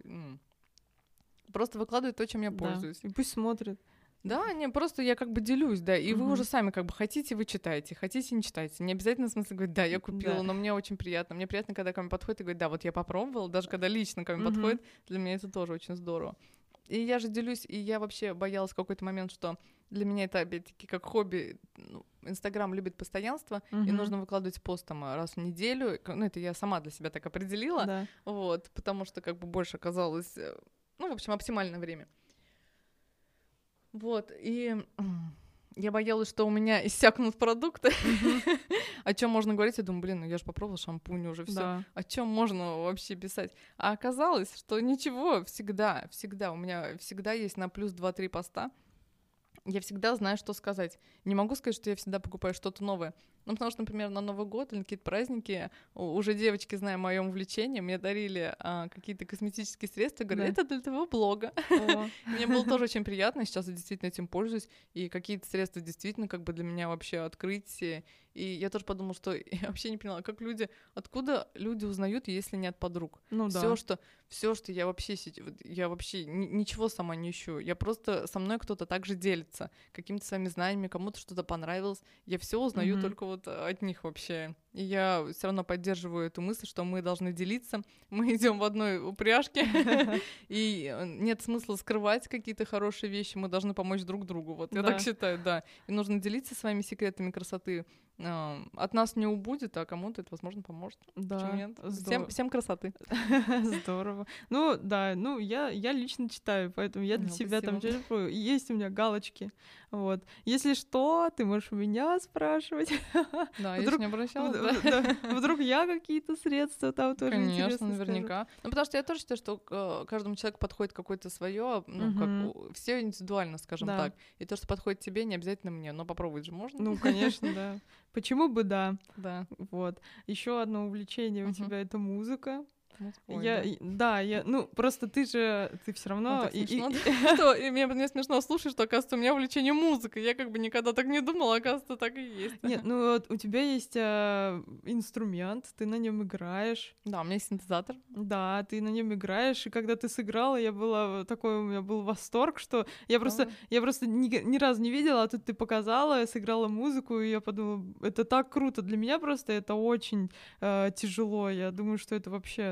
S1: просто выкладывать то, чем я пользуюсь.
S2: И пусть смотрят.
S1: Да, просто я как бы делюсь, да, и вы уже сами как бы хотите, вы читаете, хотите, не читаете. Не обязательно в смысле говорить, да, я купила, но мне очень приятно. Мне приятно, когда ко мне подходит и говорит, да, вот я попробовала, даже когда лично ко мне подходит, для меня это тоже очень здорово. И я же делюсь, и я вообще боялась в какой-то момент, что для меня это, опять-таки, как хобби, Инстаграм любит постоянство, и нужно выкладывать пост там раз в неделю. Ну, это я сама для себя так определила.
S2: Да.
S1: Вот, потому что как бы больше оказалось, ну, в общем, оптимальное время. Вот, и я боялась, что у меня иссякнут продукты. О чем можно говорить? Я думаю, блин, ну я же попробовала шампунь уже, все.
S2: Да.
S1: О чем можно вообще писать? А оказалось, что ничего, всегда у меня всегда есть на плюс 2-3 поста. Я всегда знаю, что сказать. Не могу сказать, что я всегда покупаю что-то новое. Ну, потому что, например, на Новый год или на какие-то праздники уже девочки, зная о моем увлечении, мне дарили какие-то косметические средства. Говорю, это для твоего блога. Мне было тоже очень приятно. Сейчас я действительно этим пользуюсь. И какие-то средства действительно как бы для меня вообще открытие. И я тоже подумала, что я вообще не поняла, откуда люди узнают, если не от подруг.
S2: Ну
S1: Все,
S2: да.
S1: что я вообще ничего сама не ищу. Я просто со мной кто-то также делится какими-то своими знаниями, кому-то что-то понравилось. Я все узнаю только вот от них вообще. И я все равно поддерживаю эту мысль, что мы должны делиться. Мы идем в одной упряжке, и нет смысла скрывать какие-то хорошие вещи. Мы должны помочь друг другу. Вот я так считаю, да. И нужно делиться своими секретами красоты. От нас не убудет, а кому-то это, возможно, поможет.
S2: Да.
S1: Всем красоты.
S2: Здорово. Ну, да, ну, я лично читаю, поэтому я для себя там черпаю. Есть у меня галочки. Вот. Если что, ты можешь у меня спрашивать.
S1: Да, я не обращалась.
S2: Вдруг я какие-то средства там тоже интересно.
S1: Конечно, наверняка. Ну, потому что я тоже считаю, что каждому человеку подходит какое-то свое, ну, как все индивидуально, скажем так. И то, что подходит тебе, не обязательно мне, но попробовать же можно.
S2: Ну, конечно, да. Почему бы да?
S1: Да.
S2: Вот. Еще одно увлечение у тебя — это музыка.
S1: Ой,
S2: ну, просто ты все равно...
S1: Что, мне смешно слушать, что, оказывается, у меня увлечение музыкой. Я как бы никогда так не думала, оказывается, так и есть.
S2: Нет, ну вот у тебя есть инструмент, ты на нем играешь.
S1: Да, у меня есть синтезатор.
S2: Да, ты на нем играешь, и когда ты сыграла, у меня был восторг, что я просто ни разу не видела, а тут ты показала, сыграла музыку, и я подумала, это так круто. Для меня просто это очень тяжело. Я думаю, что это вообще,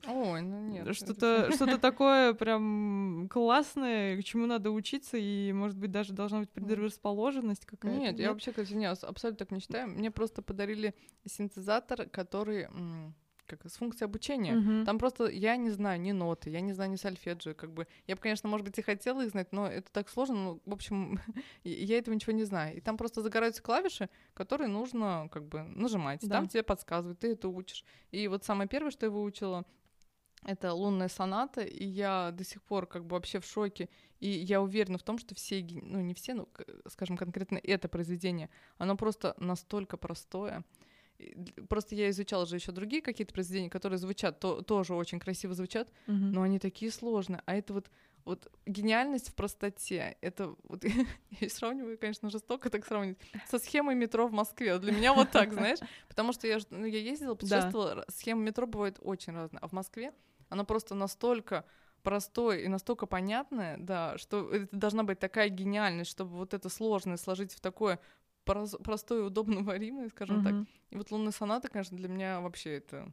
S1: нет.
S2: Что-то такое прям классное, к чему надо учиться, и, может быть, даже должна быть предрасположенность какая-то.
S1: Нет, я вообще, кстати, абсолютно так не считаю. Мне просто подарили синтезатор, который с функцией обучения. Там просто я не знаю ни ноты, я не знаю ни сольфеджио, как бы. Я бы, конечно, может быть, и хотела их знать, но это так сложно. Ну, в общем, я этого ничего не знаю. И там просто загораются клавиши, которые нужно как бы нажимать. Да. Там тебе подсказывают, ты это учишь. И вот самое первое, что я выучила, это «Лунная соната», и я до сих пор как бы вообще в шоке. И я уверена в том, что не все, скажем, конкретно это произведение, оно просто настолько простое. Просто я изучала же еще другие какие-то произведения, которые звучат, тоже очень красиво звучат, но они такие сложные. А это вот гениальность в простоте. Это вот я сравниваю, конечно, жестоко так сравнивать, со схемой метро в Москве. Для меня вот так, знаешь, потому что я ездила, путешествовала, схема метро бывает очень разная, а в Москве она просто настолько простое и настолько понятное, да, что это должна быть такая гениальность, чтобы вот это сложное сложить в такое простое, удобно-варимое, скажем так. И вот «Лунная соната», конечно, для меня вообще это...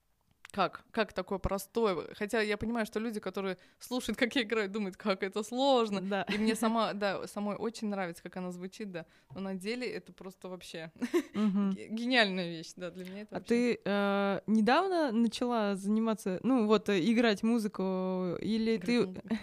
S1: Как такое простое? Хотя я понимаю, что люди, которые слушают, как я играю, думают, как это сложно.
S2: Да.
S1: И мне самой очень нравится, как она звучит, да. Но на деле это просто вообще гениальная вещь, да, для меня это вообще.
S2: А ты недавно начала заниматься, играть музыку, или ты...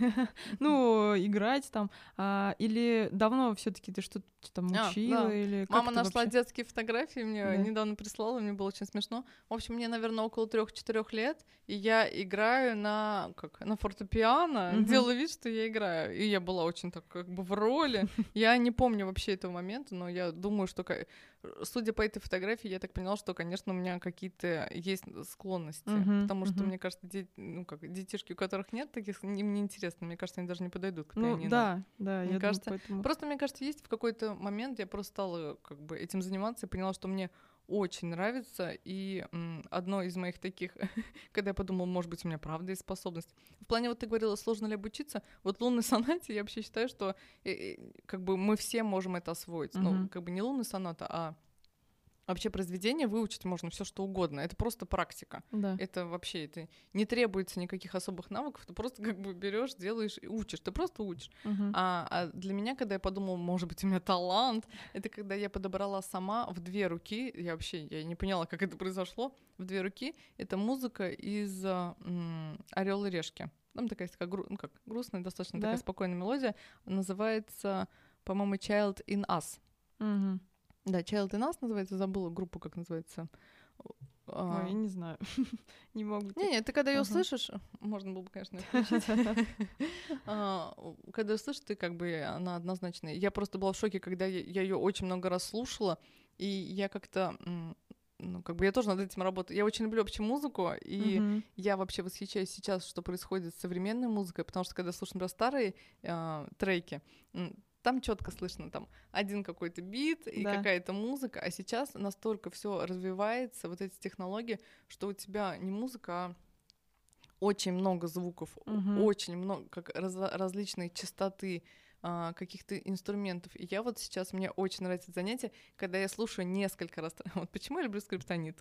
S2: играть там, или давно все-таки ты что-то там учила? Или
S1: мама нашла детские фотографии, мне недавно прислала, мне было очень смешно. В общем, мне, наверное, около 3-4 лет, и я играю на фортепиано, делаю вид, что я играю. И я была очень так как бы в роли. Я не помню вообще этого момента, но я думаю, что, судя по этой фотографии, я так поняла, что, конечно, у меня какие-то есть склонности. Потому что, мне кажется, детишки, у которых нет таких, им не интересно. Мне кажется, они даже не подойдут к пианино.
S2: Да,
S1: мне кажется, просто, мне кажется, есть в какой-то момент, я просто стала как бы этим заниматься и поняла, что мне очень нравится, и одно из моих таких, когда я подумала, может быть, у меня правда есть способность. В плане, вот ты говорила, сложно ли обучиться, вот «Лунной сонате» я вообще считаю, что как бы мы все можем это освоить. Ну, как бы не «Лунная соната», а Вообще произведение выучить можно все что угодно. Это просто практика.
S2: Да.
S1: Это вообще это не требуется никаких особых навыков. Ты просто как бы берешь, делаешь и учишь. Ты просто учишь. А для меня, когда я подумала, может быть, у меня талант, это когда я подобрала сама в 2 руки. Я не поняла, как это произошло. В 2 руки это музыка из «Орел и решки». Там такая грустная, достаточно такая спокойная мелодия. Называется, по-моему, «Child in Us». Да, Child in Us называется, забыла группу, как называется.
S2: Ой, я не знаю. Не могу.
S1: Не, ты когда ее слышишь, можно было бы, конечно, включить. Когда ее слышишь, ты как бы, она однозначная. Я просто была в шоке, когда я ее очень много раз слушала, и я как-то, ну, как бы я тоже над этим работаю. Я очень люблю вообще музыку, и я вообще восхищаюсь сейчас, что происходит с современной музыкой, потому что когда слушаю, например, старые треки, там четко слышно, там один какой-то бит и какая-то музыка, а сейчас настолько все развивается, вот эти технологии, что у тебя не музыка, а очень много звуков, очень много, как различные частоты, каких-то инструментов. И я вот сейчас, мне очень нравится занятие, когда я слушаю несколько раз. Вот почему я люблю Скриптонит.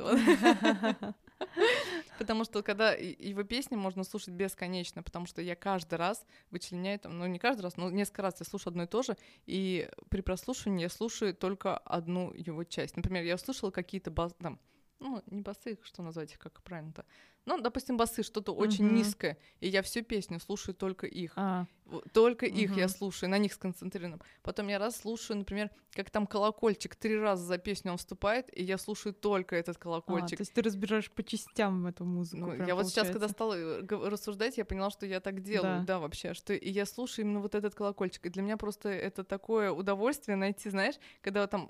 S1: Потому что когда его песни можно слушать бесконечно, потому что я каждый раз вычленяю, ну не каждый раз, но несколько раз я слушаю одно и то же, и при прослушивании я слушаю только одну его часть. Например, я услышала какие-то там, ну, не басы, что назвать их, как правильно-то. Ну, допустим, басы, что-то очень низкое, и я всю песню слушаю только их. Только их я слушаю, на них сконцентрирована. Потом я раз слушаю, например, как там колокольчик 3 раза за песню он вступает, и я слушаю только этот колокольчик.
S2: То есть ты разбираешь по частям эту музыку.
S1: Ну, я вот сейчас, когда стала рассуждать, я поняла, что я так делаю, да вообще, что и я слушаю именно вот этот колокольчик. И для меня просто это такое удовольствие найти, знаешь, когда там...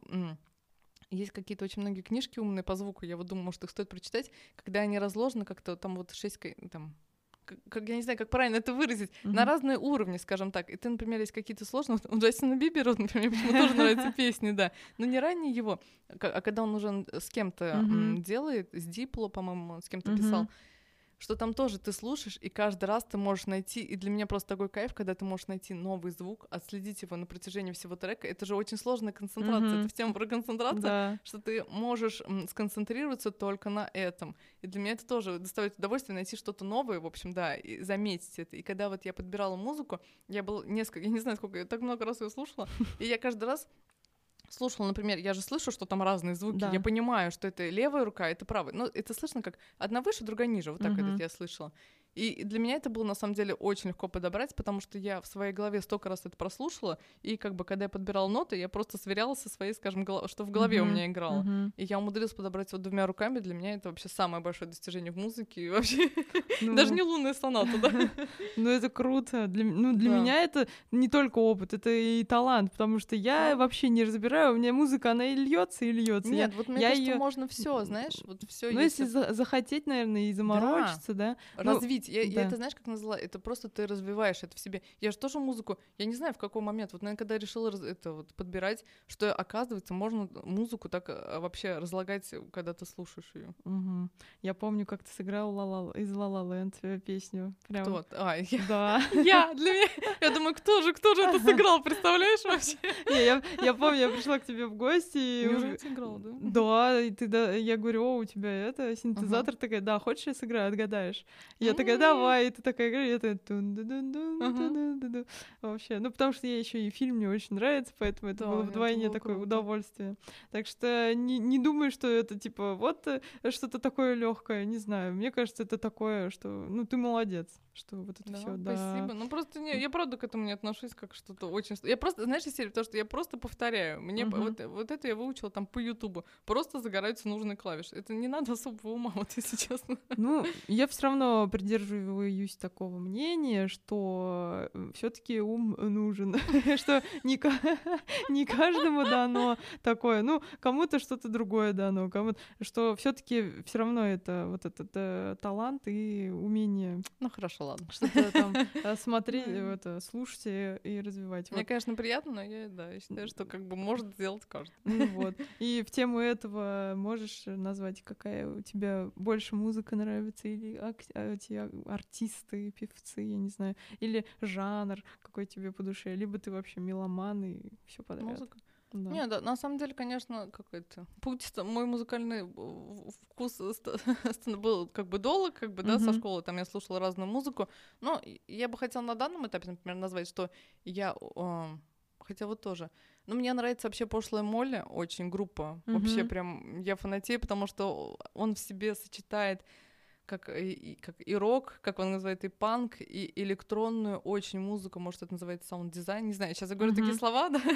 S1: Есть какие-то очень многие книжки умные по звуку, я вот думаю, может, их стоит прочитать, когда они разложены как-то там вот 6, там, как я не знаю, как правильно это выразить, на разные уровни, скажем так. И ты, например, есть какие-то сложные... У Джастина Бибера, например, почему тоже нравятся песни, да. Но не ранее его, а когда он уже с кем-то делает, с Дипло, по-моему, он с кем-то писал, что там тоже ты слушаешь, и каждый раз ты можешь найти, и для меня просто такой кайф, когда ты можешь найти новый звук, отследить его на протяжении всего трека. Это же очень сложная концентрация. Это в тему про концентрацию, что ты можешь сконцентрироваться только на этом. И для меня это тоже доставляет удовольствие найти что-то новое, в общем, да, и заметить это. И когда вот я подбирала музыку, я не знаю, сколько, я так много раз ее слушала, и я каждый раз слушала, например, я же слышу, что там разные звуки, я понимаю, что это левая рука, это правая. Но это слышно как одна выше, другая ниже, вот так это я слышала. И для меня это было, на самом деле, очень легко подобрать, потому что я в своей голове столько раз это прослушала, и как бы, когда я подбирала ноты, я просто сверяла со своей, скажем, что в голове у меня играло. И я умудрилась подобрать вот 2 руками, для меня это вообще самое большое достижение в музыке, и вообще даже не лунная соната, да.
S2: Ну, это круто. Для меня это не только опыт, это и талант, потому что я вообще не разбираю, у меня музыка, она и льется, и льется.
S1: Нет, вот мне кажется, можно все, знаешь, вот все.
S2: Ну, если захотеть, наверное, и заморочиться, да.
S1: Развить. Я это, знаешь, как назвала? Это просто ты развиваешь это в себе. Я же тоже музыку, я не знаю, в какой момент, вот, наверное, когда я решила это вот подбирать, что, оказывается, можно музыку так вообще разлагать, когда ты слушаешь ее.
S2: Я помню, как ты сыграла из «La La Land» песню. Прям...
S1: Кто?
S2: Да.
S1: Я, для меня, я думаю, кто же это сыграл, представляешь вообще?
S2: Я помню, я пришла к тебе в гости.
S1: Неужели ты играла, да?
S2: Да, и я говорю, у тебя это, синтезатор, такая, да, хочешь, я сыграю, отгадаешь? Я такая, давай, и ты такая играешь, я такая, вообще, ну, потому что я еще и фильм мне очень нравится, поэтому это было вдвойне такое удовольствие. Так что не думай, что это, типа, вот что-то такое легкое, не знаю, мне кажется, это такое, что, ну, ты молодец, что вот это все, да.
S1: Спасибо, ну, просто я правда к этому не отношусь как что-то очень... Я просто, знаешь, из серии, потому что я просто повторяю, мне вот это я выучила там по Ютубу, просто загораются нужные клавиши, это не надо особого ума, вот если честно.
S2: Ну, я все равно придерживаюсь такого мнения, что все-таки ум нужен, что не каждому дано такое, ну, кому-то что-то другое дано, кому-то, что все-таки все равно это вот этот талант и умение.
S1: Ну, хорошо, ладно.
S2: Что-то там смотреть, слушать и развивать.
S1: Мне, конечно, приятно, но я считаю, что как бы может сделать каждый.
S2: Ну вот. И в тему этого можешь назвать, какая у тебя больше музыка нравится, или эти артисты, певцы, я не знаю, или жанр какой тебе по душе, либо ты вообще меломан и все подряд.
S1: Музыка.
S2: Да.
S1: Не, да, на самом деле, конечно, какой-то путь, мой музыкальный вкус был как бы долг, как бы, да, со школы, там я слушала разную музыку, но я бы хотела на данном этапе, например, назвать, что я, хотя вот тоже, ну, мне нравится вообще «Пошлая Молли», очень группа, вообще прям я фанатею, потому что он в себе сочетает как и рок, как он называет, и панк, и электронную очень музыку, может, это называется саунд-дизайн, не знаю, сейчас я говорю такие слова, да,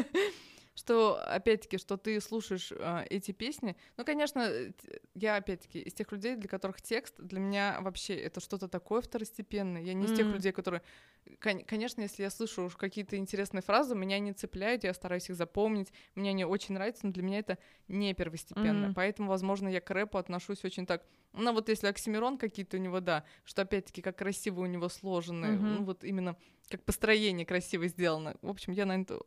S1: что, опять-таки, что ты слушаешь эти песни. Ну, конечно, я, опять-таки, из тех людей, для которых текст для меня вообще это что-то такое второстепенное. Я не из тех людей, которые... Конечно, если я слышу уж какие-то интересные фразы, меня не цепляют, я стараюсь их запомнить, мне они очень нравятся, но для меня это не первостепенно. Поэтому, возможно, я к рэпу отношусь очень так... Ну, вот если оксимирон какие-то у него, да, что, опять-таки, как красиво у него сложены, ну, вот именно... как построение красиво сделано. В общем, я, наверное,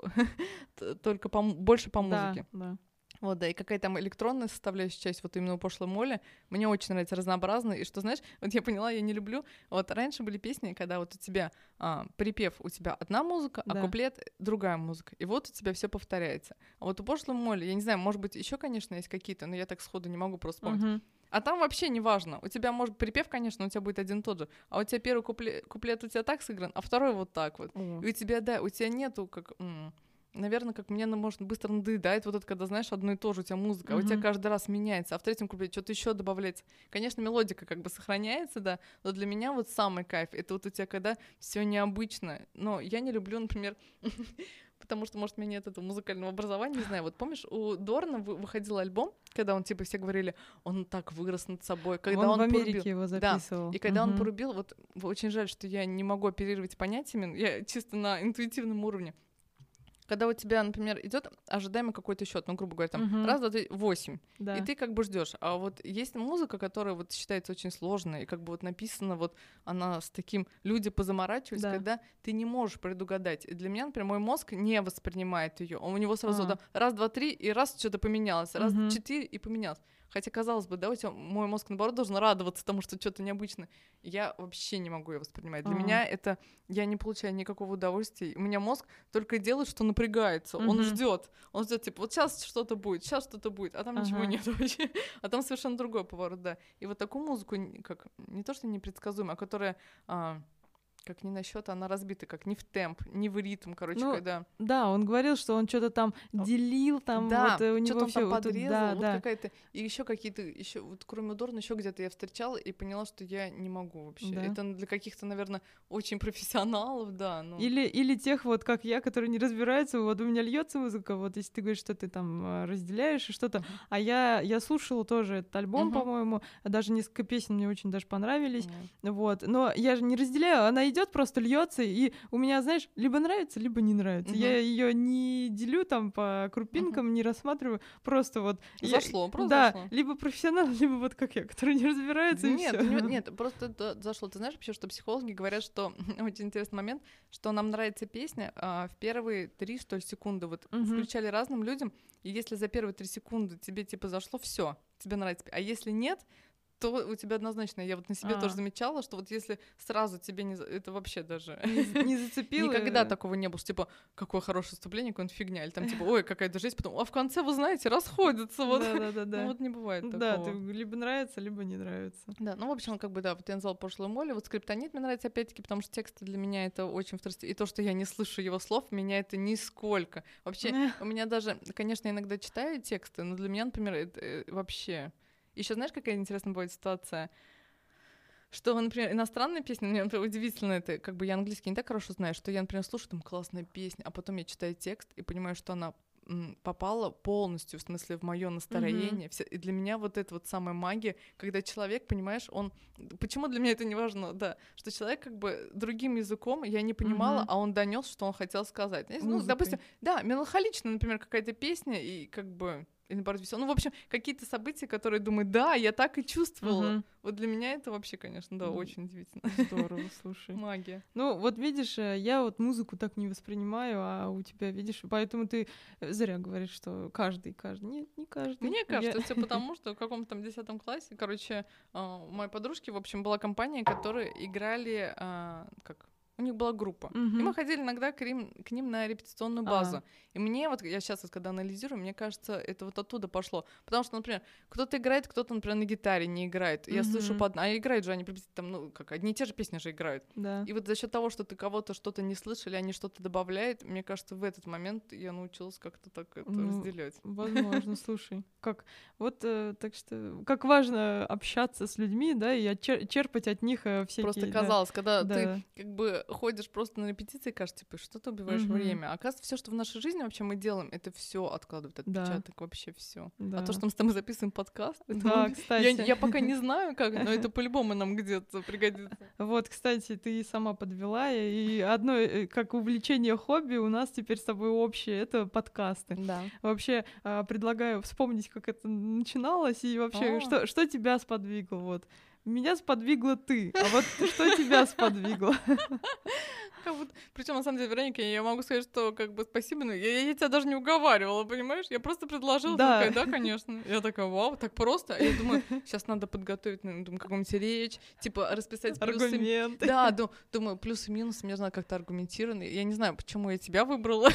S1: только больше по музыке.
S2: Да.
S1: Вот, да, и какая там электронная составляющая часть, вот именно у «Пошлой Молли», мне очень нравится разнообразно, и что, знаешь, вот я поняла, я не люблю, вот раньше были песни, когда вот у тебя припев, у тебя одна музыка, а куплет другая музыка, и вот у тебя все повторяется. А вот у «Пошлой Молли», я не знаю, может быть, еще, конечно, есть какие-то, но я так сходу не могу просто вспомнить. А там вообще не важно. У тебя, может, припев, конечно, у тебя будет один и тот же, а у тебя первый куплет у тебя так сыгран, а второй вот так вот. И у тебя, да, у тебя нету как... Наверное, как мне может быстро надоедает вот это, когда, знаешь, одно и то же у тебя музыка, а у тебя каждый раз меняется, а в третьем куплете что-то еще добавляется. Конечно, мелодика как бы сохраняется, да, но для меня вот самый кайф — это вот у тебя, когда все необычно. Но я не люблю, например, потому что, может, у меня нет этого музыкального образования, не знаю. Вот помнишь, у Дорна выходил альбом, когда он, типа, все говорили, он так вырос над собой, когда он
S2: в Америке
S1: порубил.
S2: его записывал.
S1: Да, и когда он порубил, вот очень жаль, что я не могу оперировать понятиями, я чисто на интуитивном уровне. Когда у тебя, например, идет ожидаемый какой-то счет, ну, грубо говоря, там, раз, два, три, 8, и ты как бы ждешь. А вот есть музыка, которая вот считается очень сложной, и как бы вот написана, вот она с таким, люди позаморачиваются, когда ты не можешь предугадать. И для меня, например, мой мозг не воспринимает ее. У него сразу, раз, два, три, и раз что-то поменялось, раз, 4, и поменялось. Хотя, казалось бы, да, у тебя мой мозг, наоборот, должен радоваться тому, что что-то необычное. Я вообще не могу ее воспринимать. Для меня это... Я не получаю никакого удовольствия. У меня мозг только делает, что напрягается. Он ждет. Он ждет, типа, вот сейчас что-то будет, а там ничего нет вообще. А там совершенно другой поворот, да. И вот такую музыку, как не то, что непредсказуемая, а которая... как не на счет, она разбита, как не в темп, не в ритм, короче, когда...
S2: Да, он говорил, что он что-то там делил, там
S1: да,
S2: вот у него
S1: что-то он
S2: всё,
S1: там подрезал, вот
S2: да.
S1: какая-то... И еще какие-то, еще вот кроме Дорна, еще где-то я встречала и поняла, что я не могу вообще.
S2: Да.
S1: Это для каких-то, наверное, очень профессионалов, да. Ну.
S2: Или тех вот, как я, которые не разбираются, вот у меня льется музыка, вот если ты говоришь, что ты там разделяешь и что-то, а я слушала тоже этот альбом, по-моему, даже несколько песен мне очень даже понравились, вот, но я же не разделяю, она идет, просто льется, и у меня, знаешь, либо нравится, либо не нравится. Я ее не делю там по крупинкам, не рассматриваю, просто вот...
S1: Зашло, просто
S2: зашло. Либо профессионал, либо вот как я, который не разбирается,
S1: Нет, просто это зашло. Ты знаешь вообще, что психологи говорят, что очень интересный момент, что нам нравится песня в первые 3, что ли, секунды. Вот включали разным людям, и если за первые 3 секунды тебе типа зашло, все, тебе нравится. А если нет, то у тебя однозначно, я вот на себе тоже замечала, что вот если сразу тебе не... Это вообще даже...
S2: Не зацепило.
S1: Никогда такого не было, что типа, какое хорошее вступление, какая-то фигня, или там типа, ой, какая-то жесть, потом, а в конце, вы знаете, расходятся, вот.
S2: Да.
S1: Ну вот не бывает такого.
S2: Да, ты либо нравится, либо не нравится.
S1: Да, ну в общем, как бы, да, вот я назвала «Пошлую Молли», вот «Скриптонит» мне нравится опять-таки, потому что тексты для меня это очень второстепенно, и то, что я не слышу его слов, меня это нисколько. Вообще, у меня даже, конечно, иногда читаю тексты, но для меня, например, это вообще... Еще знаешь, какая интересная будет ситуация? Что, например, иностранные песни, мне, например, удивительно это, как бы я английский не так хорошо знаю, что я, например, слушаю, там, классная песня, а потом я читаю текст и понимаю, что она попала полностью, в смысле, в мое настроение. И для меня вот это вот самая магия, когда человек, понимаешь, он... Почему для меня это не важно, да, что человек как бы другим языком, я не понимала, а он донес, что он хотел сказать. Ну, допустим, да, меланхоличная, например, какая-то песня, и как бы... Или наоборот, весело. Ну, в общем, какие-то события, которые думаю, да, я так и чувствовала. Вот для меня это вообще, конечно, да, очень удивительно.
S2: Здорово, слушай.
S1: Магия.
S2: Ну, вот видишь, я вот музыку так не воспринимаю, а у тебя, видишь, поэтому ты зря говоришь, что каждый. Нет, не каждый.
S1: Мне кажется, все потому, что в каком-то там 10 классе, короче, у моей подружки, в общем, была компания, которые играли, как у них была группа. И мы ходили иногда к ним на репетиционную базу. И мне вот, я сейчас вот когда анализирую, мне кажется, это вот оттуда пошло. Потому что, например, кто-то играет, кто-то, например, на гитаре не играет. Я слышу а играют же они там, ну, как одни и те же песни же играют.
S2: Да.
S1: И вот за счет того, что ты кого-то что-то не слышали, они что-то добавляют, мне кажется, в этот момент я научилась как-то так это разделять.
S2: Возможно, слушай. Как вот, так что, как важно общаться с людьми, да, и черпать от них всякие...
S1: Просто казалось, когда ты как бы ходишь просто на репетиции, кажется, типа, что ты убиваешь время. А оказывается, все, что в нашей жизни вообще мы делаем, это все откладывает отпечаток, вообще все. А то, что мы с тобой записываем подкаст, это
S2: кстати.
S1: Я пока не знаю, как, но это по-любому нам где-то пригодится.
S2: Вот, кстати, ты сама подвела, и одно, как увлечение хобби у нас теперь с тобой общее, это подкасты.
S1: Да.
S2: Вообще, предлагаю вспомнить, как это начиналось, и вообще, что тебя сподвигло, вот. Меня сподвигла ты, а вот что тебя сподвигло?
S1: Причем на самом деле, Вероника, я могу сказать, что как бы спасибо, но я тебя даже не уговаривала, понимаешь? Я просто предложила, такая, да, конечно. Я такая, вау, так просто. А я думаю, сейчас надо подготовить, думаю, какую-нибудь речь, типа расписать плюсы.
S2: Аргументы.
S1: Да, думаю, плюсы и минусы, мне надо как-то аргументированно. Я не знаю, почему я тебя выбрала.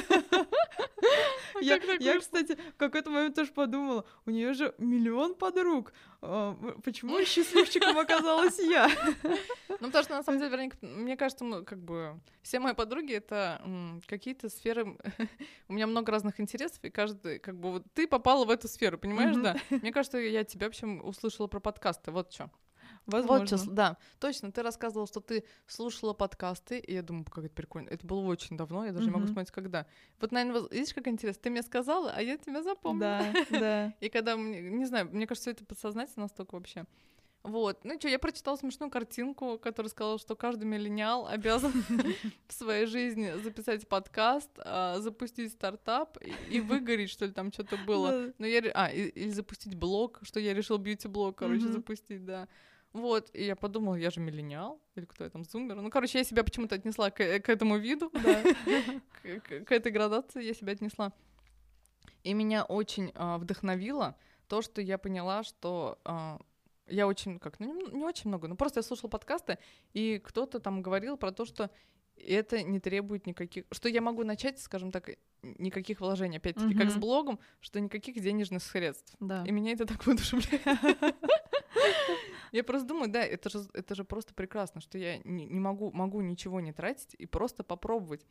S2: Я, кстати, в какой-то момент тоже подумала, у нее же миллион подруг. Почему счастливчиком оказалась я?
S1: Ну, потому что, на самом деле, Вероника, мне кажется, мы, как бы, все мои подруги — это какие-то сферы... У меня много разных интересов, и каждый, как бы, вот ты попала в эту сферу, понимаешь, да? Мне кажется, я тебя, в общем, услышала про подкасты, вот что.
S2: Возможно.
S1: Вот, да, точно, ты рассказывала, что ты слушала подкасты, и я думаю, как это прикольно. Это было очень давно, я даже не могу вспомнить, когда. Вот, наверное, видишь, как интересно, ты мне сказала, а я тебя запомнила.
S2: Да.
S1: И когда, не знаю, мне кажется, это подсознательно настолько вообще. Вот, ну что, я прочитала смешную картинку, которая сказала, что каждый миллениал обязан в своей жизни записать подкаст, запустить стартап и выгореть, что ли, там что-то было. Ну, или запустить блог, что я решила бьюти-блог, короче, запустить, да. Вот, и я подумала, я же миллениал, или кто я там, зумер. Ну, короче, я себя почему-то отнесла к этому виду, к этой градации я себя отнесла. И меня очень вдохновило то, что я поняла, что я очень, не очень много, но просто я слушала подкасты, и кто-то там говорил про то, что это не требует никаких... Что я могу начать, скажем так, никаких вложений. Опять-таки, как с блогом, что никаких денежных средств.
S2: Да.
S1: И меня это так воодушевляет. Я просто думаю, да, это же просто прекрасно, что я не могу ничего не тратить и просто попробовать.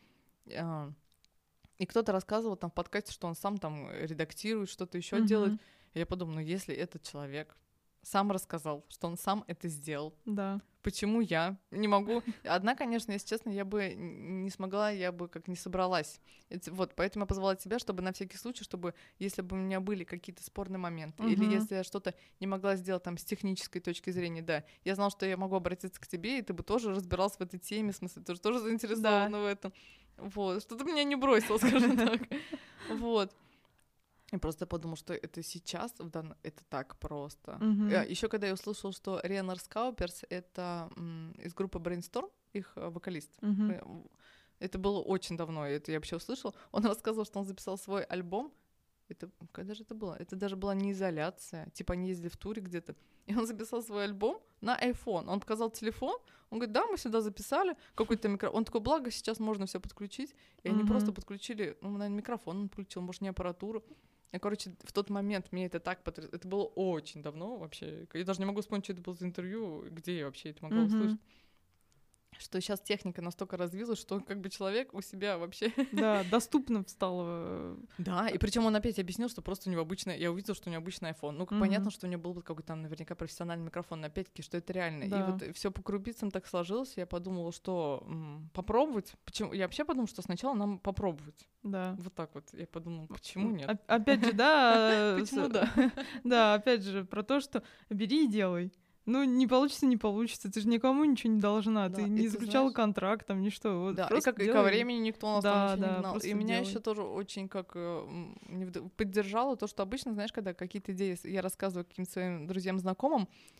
S1: И кто-то рассказывал там в подкасте, что он сам там редактирует, что-то еще делает. И я подумала, ну если этот человек сам рассказал, что он сам это сделал,
S2: да.
S1: Почему я не могу? Одна, конечно, если честно, я бы не смогла, я бы как не собралась. Вот, поэтому я позвала тебя, чтобы на всякий случай, чтобы, если бы у меня были какие-то спорные моменты, или если я что-то не могла сделать там с технической точки зрения, да, я знала, что я могу обратиться к тебе, и ты бы тоже разбирался в этой теме, в смысле, ты же тоже заинтересована в этом. Вот, что ты меня не бросила, скажем так. Вот. Я просто подумала, что это сейчас, это так просто. Еще когда я услышала, что Ренар Скауперс — это из группы Brainstorm, их вокалист. Это было очень давно, это я вообще услышала. Он рассказывал, что он записал свой альбом. Когда же это было? Это даже была не изоляция. Типа они ездили в туре где-то. И он записал свой альбом на iPhone. Он показал телефон. Он говорит, да, мы сюда записали какой-то микрофон. Он такой, благо, сейчас можно все подключить. И они просто подключили, наверное, микрофон он подключил, может, не аппаратуру. И, короче, в тот момент мне это так потрясло. Это было очень давно вообще. Я даже не могу вспомнить, что это было за интервью, где я вообще это могла услышать. Что сейчас техника настолько развилась, что как бы человек у себя вообще...
S2: Да, доступно стало.
S1: Да, и причем он опять объяснил, что просто у него обычный... Я увидела, что у него обычный iPhone. Ну, понятно, что у него был бы какой-то там наверняка профессиональный микрофон, но опять-таки, что это реально. Да. И вот все по крупицам так сложилось, я подумала, что попробовать... Почему? Я вообще подумала, что сначала нам попробовать.
S2: Да.
S1: Вот так вот. Я подумала, почему нет?
S2: Опять же, да...
S1: Почему да?
S2: Да, опять же, про то, что бери и делай. Ну, не получится. Ты же никому ничего не должна. Да, ты не заключала контракт, там, ничто. Вот
S1: да, и ко времени никто нас там ничего не гнал. И меня
S2: делай.
S1: еще тоже очень как поддержало то, что обычно, знаешь, когда какие-то идеи я рассказываю каким-то своим друзьям, знакомым,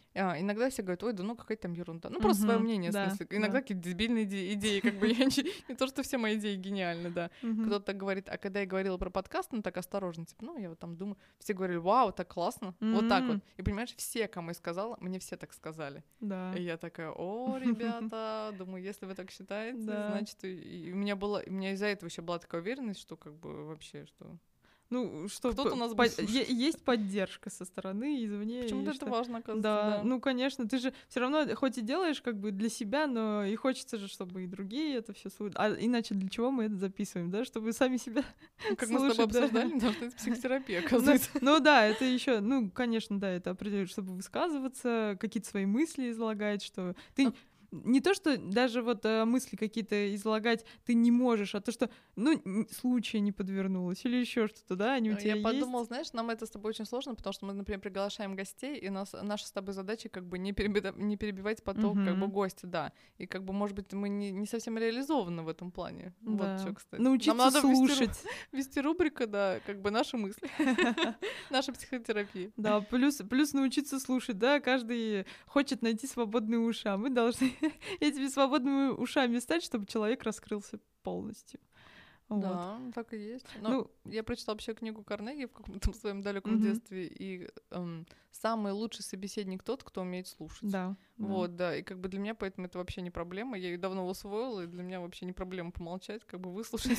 S1: иногда все говорят, ой, да ну какая там ерунда. Ну, просто свое мнение, в смысле. Иногда какие-то дебильные идеи, как бы я не то, что все мои идеи гениальны, да. Кто-то так говорит, а когда я говорила про подкаст, ну, так осторожно, типа, ну, я вот там думаю, все говорили, вау, так классно, вот так вот. И понимаешь, все, кому я сказала, мне все так сказали.
S2: Да.
S1: И я такая, о, ребята, думаю, если вы так считаете, значит, и у меня из-за этого еще была такая уверенность, что как бы вообще, что...
S2: Ну, что
S1: кто-то у нас
S2: есть поддержка со стороны, извне.
S1: Почему-то это важно, оказывается.
S2: Да, ну, конечно, ты же все равно хоть и делаешь как бы для себя, но и хочется же, чтобы и другие это все слушали. А иначе для чего мы это записываем, да? Чтобы сами себя
S1: как мы с тобой обсуждали, да, что это психотерапия, оказывается.
S2: Ну да, это еще, ну, конечно, да, это определенно, чтобы высказываться, какие-то свои мысли излагать, что ты... Не то, что даже вот мысли какие-то излагать ты не можешь, а то, что, ну, случая не подвернулось или еще что-то, да, они у тебя есть.
S1: Я подумала, знаешь, нам это с тобой очень сложно, потому что мы, например, приглашаем гостей, и наша с тобой задача как бы не перебивать поток как бы гостя, да. И как бы, может быть, мы не совсем реализованы в этом плане. Да. Вот что, кстати.
S2: Научиться
S1: нам надо
S2: слушать.
S1: Вести рубрика, да, как бы наши мысли, наша психотерапия.
S2: Да, плюс научиться слушать, да, каждый хочет найти свободные уши, а мы должны этими свободными ушами стать, чтобы человек раскрылся полностью.
S1: Да, вот. Так и есть. Но я прочитала вообще книгу Карнеги в каком-то своем далеком детстве, и самый лучший собеседник тот, кто умеет слушать.
S2: Да.
S1: Вот, да. И как бы для меня поэтому это вообще не проблема. Я ее давно усвоила, и для меня вообще не проблема помолчать, как бы выслушать.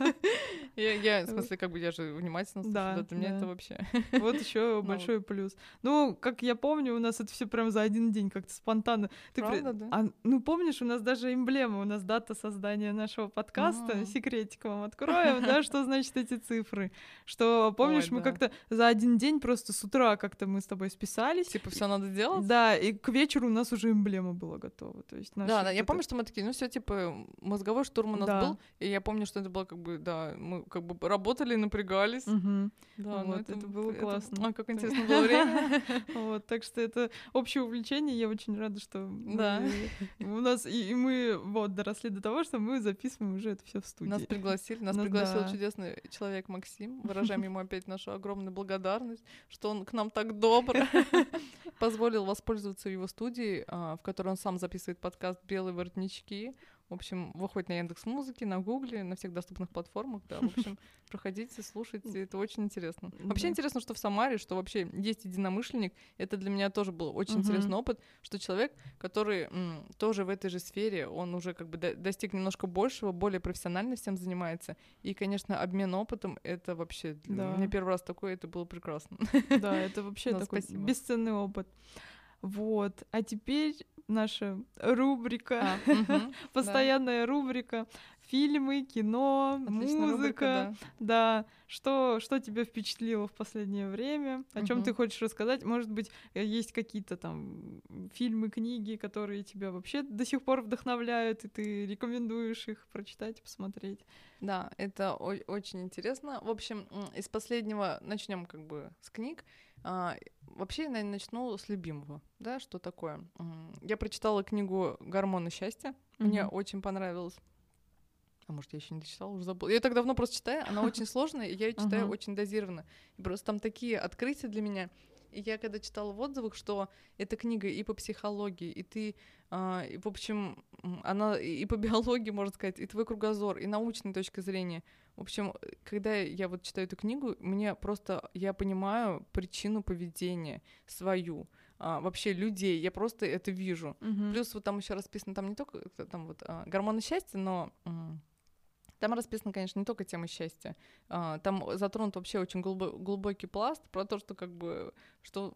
S1: Я, в смысле, как бы я же внимательно слушаю. Для меня это вообще.
S2: Вот еще большой плюс. Ну, как я помню, у нас это все прям за один день как-то спонтанно.
S1: Правда, да?
S2: Ну, помнишь, у нас даже эмблема, у нас дата создания нашего подкаста, секретик вам откроем, да, что значит эти цифры. Что, помнишь, мы как-то за один день просто с утра как-то мы с тобой списались.
S1: Типа все надо делать?
S2: Да, и к вечеру у нас уже эмблема была готова. То есть
S1: да, я помню, что мы такие, ну все, типа, мозговой штурм у нас был, и я помню, что это было как бы, да, мы как бы работали, напрягались.
S2: Да, вот это было классно.
S1: Ой, как интересно было время.
S2: Вот, так что это общее увлечение, я очень рада, что у нас, и мы вот доросли до того, что мы записываем уже это все в студии.
S1: Нас пригласил чудесный человек Максим, выражаем ему опять нашу огромную благодарность, что он к нам так добр, позволил воспользоваться его студией, в которой он сам записывает подкаст «Белые воротнички». В общем, выходит на Яндекс.Музыке, на Гугле, на всех доступных платформах. Да, в общем, проходите, слушайте, это очень интересно. Вообще интересно, что в Самаре, что вообще есть единомышленник. Это для меня тоже был очень интересный опыт, что человек, который тоже в этой же сфере, он уже как бы достиг немножко большего, более профессионально всем занимается. И, конечно, обмен опытом — это вообще... Мне первый раз такое, это было прекрасно.
S2: Да, это вообще такой бесценный опыт. Вот. А теперь наша рубрика, постоянная рубрика. Фильмы, кино, музыка.
S1: Рубрика,
S2: да. Что тебя впечатлило в последнее время? О чем ты хочешь рассказать? Может быть, есть какие-то там фильмы, книги, которые тебя вообще до сих пор вдохновляют, и ты рекомендуешь их прочитать, посмотреть?
S1: Да, это очень интересно. В общем, из последнего начнем как бы с книг. Вообще, я, наверное, начну с любимого. Да, что такое? Я прочитала книгу «Гормоны счастья». Мне очень понравилось. А может, я еще не дочитала, уже забыла. Я так давно просто читаю, она очень сложная, и я ее читаю очень дозированно. И просто там такие открытия для меня. И я когда читала в отзывах, что эта книга и по психологии, и ты, и, в общем, она и по биологии, можно сказать, и твой кругозор, и научной точки зрения. В общем, когда я вот читаю эту книгу, мне просто, я понимаю причину поведения свою, вообще людей, я просто это вижу. Плюс вот там еще расписано, там не только там вот гормоны счастья, но... Там расписано, конечно, не только тема счастья. Там затронут вообще очень глубокий пласт про то, что как бы, что...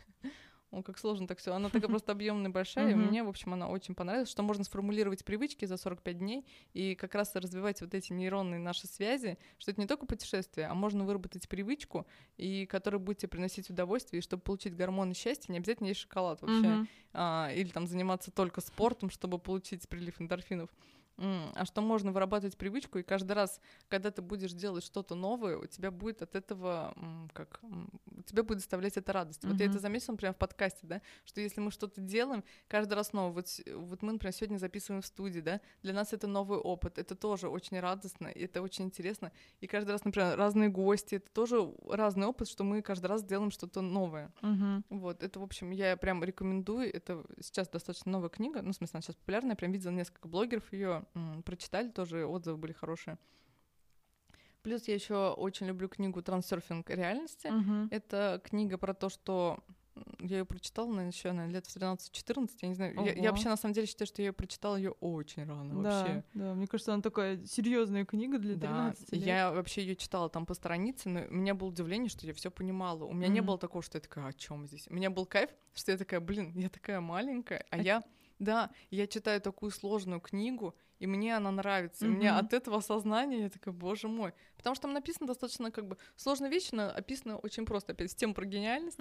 S1: как сложно так все. Она такая просто объемная, большая. И мне, в общем, она очень понравилась, что можно сформулировать привычки за 45 дней и как раз развивать вот эти нейронные наши связи, что это не только путешествие, а можно выработать привычку, и которая будет тебе приносить удовольствие, и чтобы получить гормоны счастья, не обязательно есть шоколад вообще. Или там заниматься только спортом, чтобы получить прилив эндорфинов. А что можно вырабатывать привычку, и каждый раз, когда ты будешь делать что-то новое, у тебя будет от этого тебе будет доставлять это радость. Вот я это заметила, например, в подкасте, да, что если мы что-то делаем, каждый раз снова, вот мы, например, сегодня записываем в студии, да, для нас это новый опыт, это тоже очень радостно, и это очень интересно, и каждый раз, например, разные гости, это тоже разный опыт, что мы каждый раз делаем что-то новое. Вот, это, в общем, я прям рекомендую, это сейчас достаточно новая книга, ну, в смысле, она сейчас популярная, я прям видела несколько блогеров ее прочитали, тоже отзывы были хорошие. Плюс я еще очень люблю книгу «Трансерфинг реальности». Это книга про то, что я ее прочитала, наверное, еще лет в 13-14, я не знаю. Я вообще на самом деле считаю, что я прочитала ее очень рано вообще.
S2: Да, мне кажется, она такая серьезная книга для 13 лет.
S1: Я вообще ее читала там по странице, но у меня было удивление, что я все понимала. У меня не было такого, что я такая, о чем здесь? У меня был кайф, что я такая, я такая маленькая, я читаю такую сложную книгу, и мне она нравится. И мне от этого осознания я такая, боже мой. Потому что там написано достаточно как бы сложная вещь, но описано очень просто. Опять с тем про гениальность.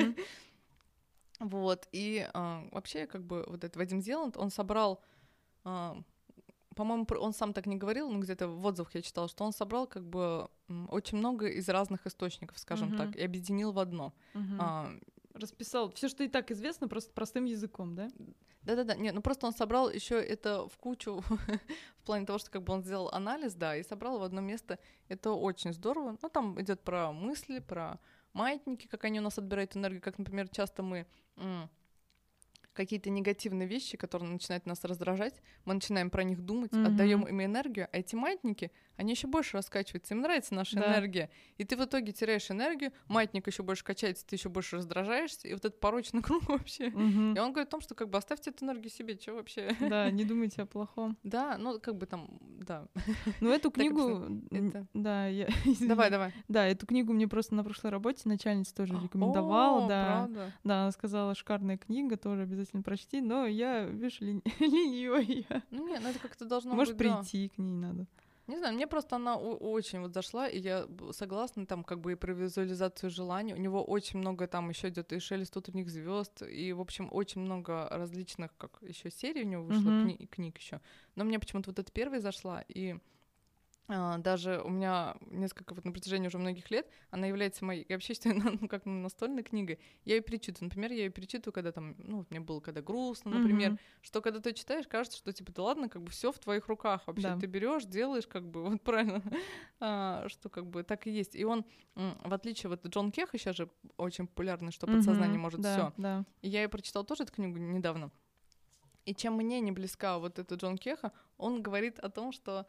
S1: Вот. И вообще как бы вот этот Вадим Зеланд, он собрал, по-моему, он сам так не говорил, но где-то в отзывах я читала, что он собрал как бы очень много из разных источников, скажем так, и объединил в одно.
S2: Расписал все, что и так известно, просто простым языком, да?
S1: Да. Нет, ну просто он собрал еще это в кучу в плане того, что как бы он сделал анализ, да, и собрал в одно место. Это очень здорово. Ну, там идет про мысли, про маятники, как они у нас отбирают энергию, как, например, часто мы какие-то негативные вещи, которые начинают нас раздражать, мы начинаем про них думать, отдаем им энергию, а эти маятники, они еще больше раскачиваются, им нравится наша энергия, и ты в итоге теряешь энергию, маятник еще больше качается, ты еще больше раздражаешься, и вот этот порочный круг вообще. И он говорит о том, что как бы оставьте эту энергию себе, что вообще?
S2: Да, не думайте о плохом.
S1: Да, ну как бы там, да.
S2: Ну эту книгу, да,
S1: Давай.
S2: Да, эту книгу мне просто на прошлой работе начальница тоже рекомендовала, да.
S1: Правда?
S2: Да, она сказала, шикарная книга, тоже обязательно прочти, но я, видишь, ленивая.
S1: Ну нет, ну это как-то должно
S2: быть,
S1: быть,
S2: может, прийти к ней надо.
S1: Не знаю, мне просто она очень вот зашла, и я согласна там как бы и про визуализацию желаний. У него очень много там еще идет и «Шелест утренних звезд», и, в общем, очень много различных, как еще серий у него вышло, книг еще. Но мне почему-то вот эта первая зашла, и даже у меня несколько вот на протяжении уже многих лет она является моей, я вообще считаю, как настольной книгой. Я ее перечитываю. Например, я ее перечитываю, когда там, ну, мне было когда грустно, например, что когда ты читаешь, кажется, что типа, да ладно, как бы все в твоих руках вообще. Да. Ты берешь, делаешь, как бы, вот правильно, что как бы так и есть. И он, в отличие, вот Джон Кеха сейчас же очень популярный, что подсознание может все.
S2: Да.
S1: И я ее прочитала тоже эту книгу недавно. И чем мне не близка вот эта Джон Кеха, он говорит о том, что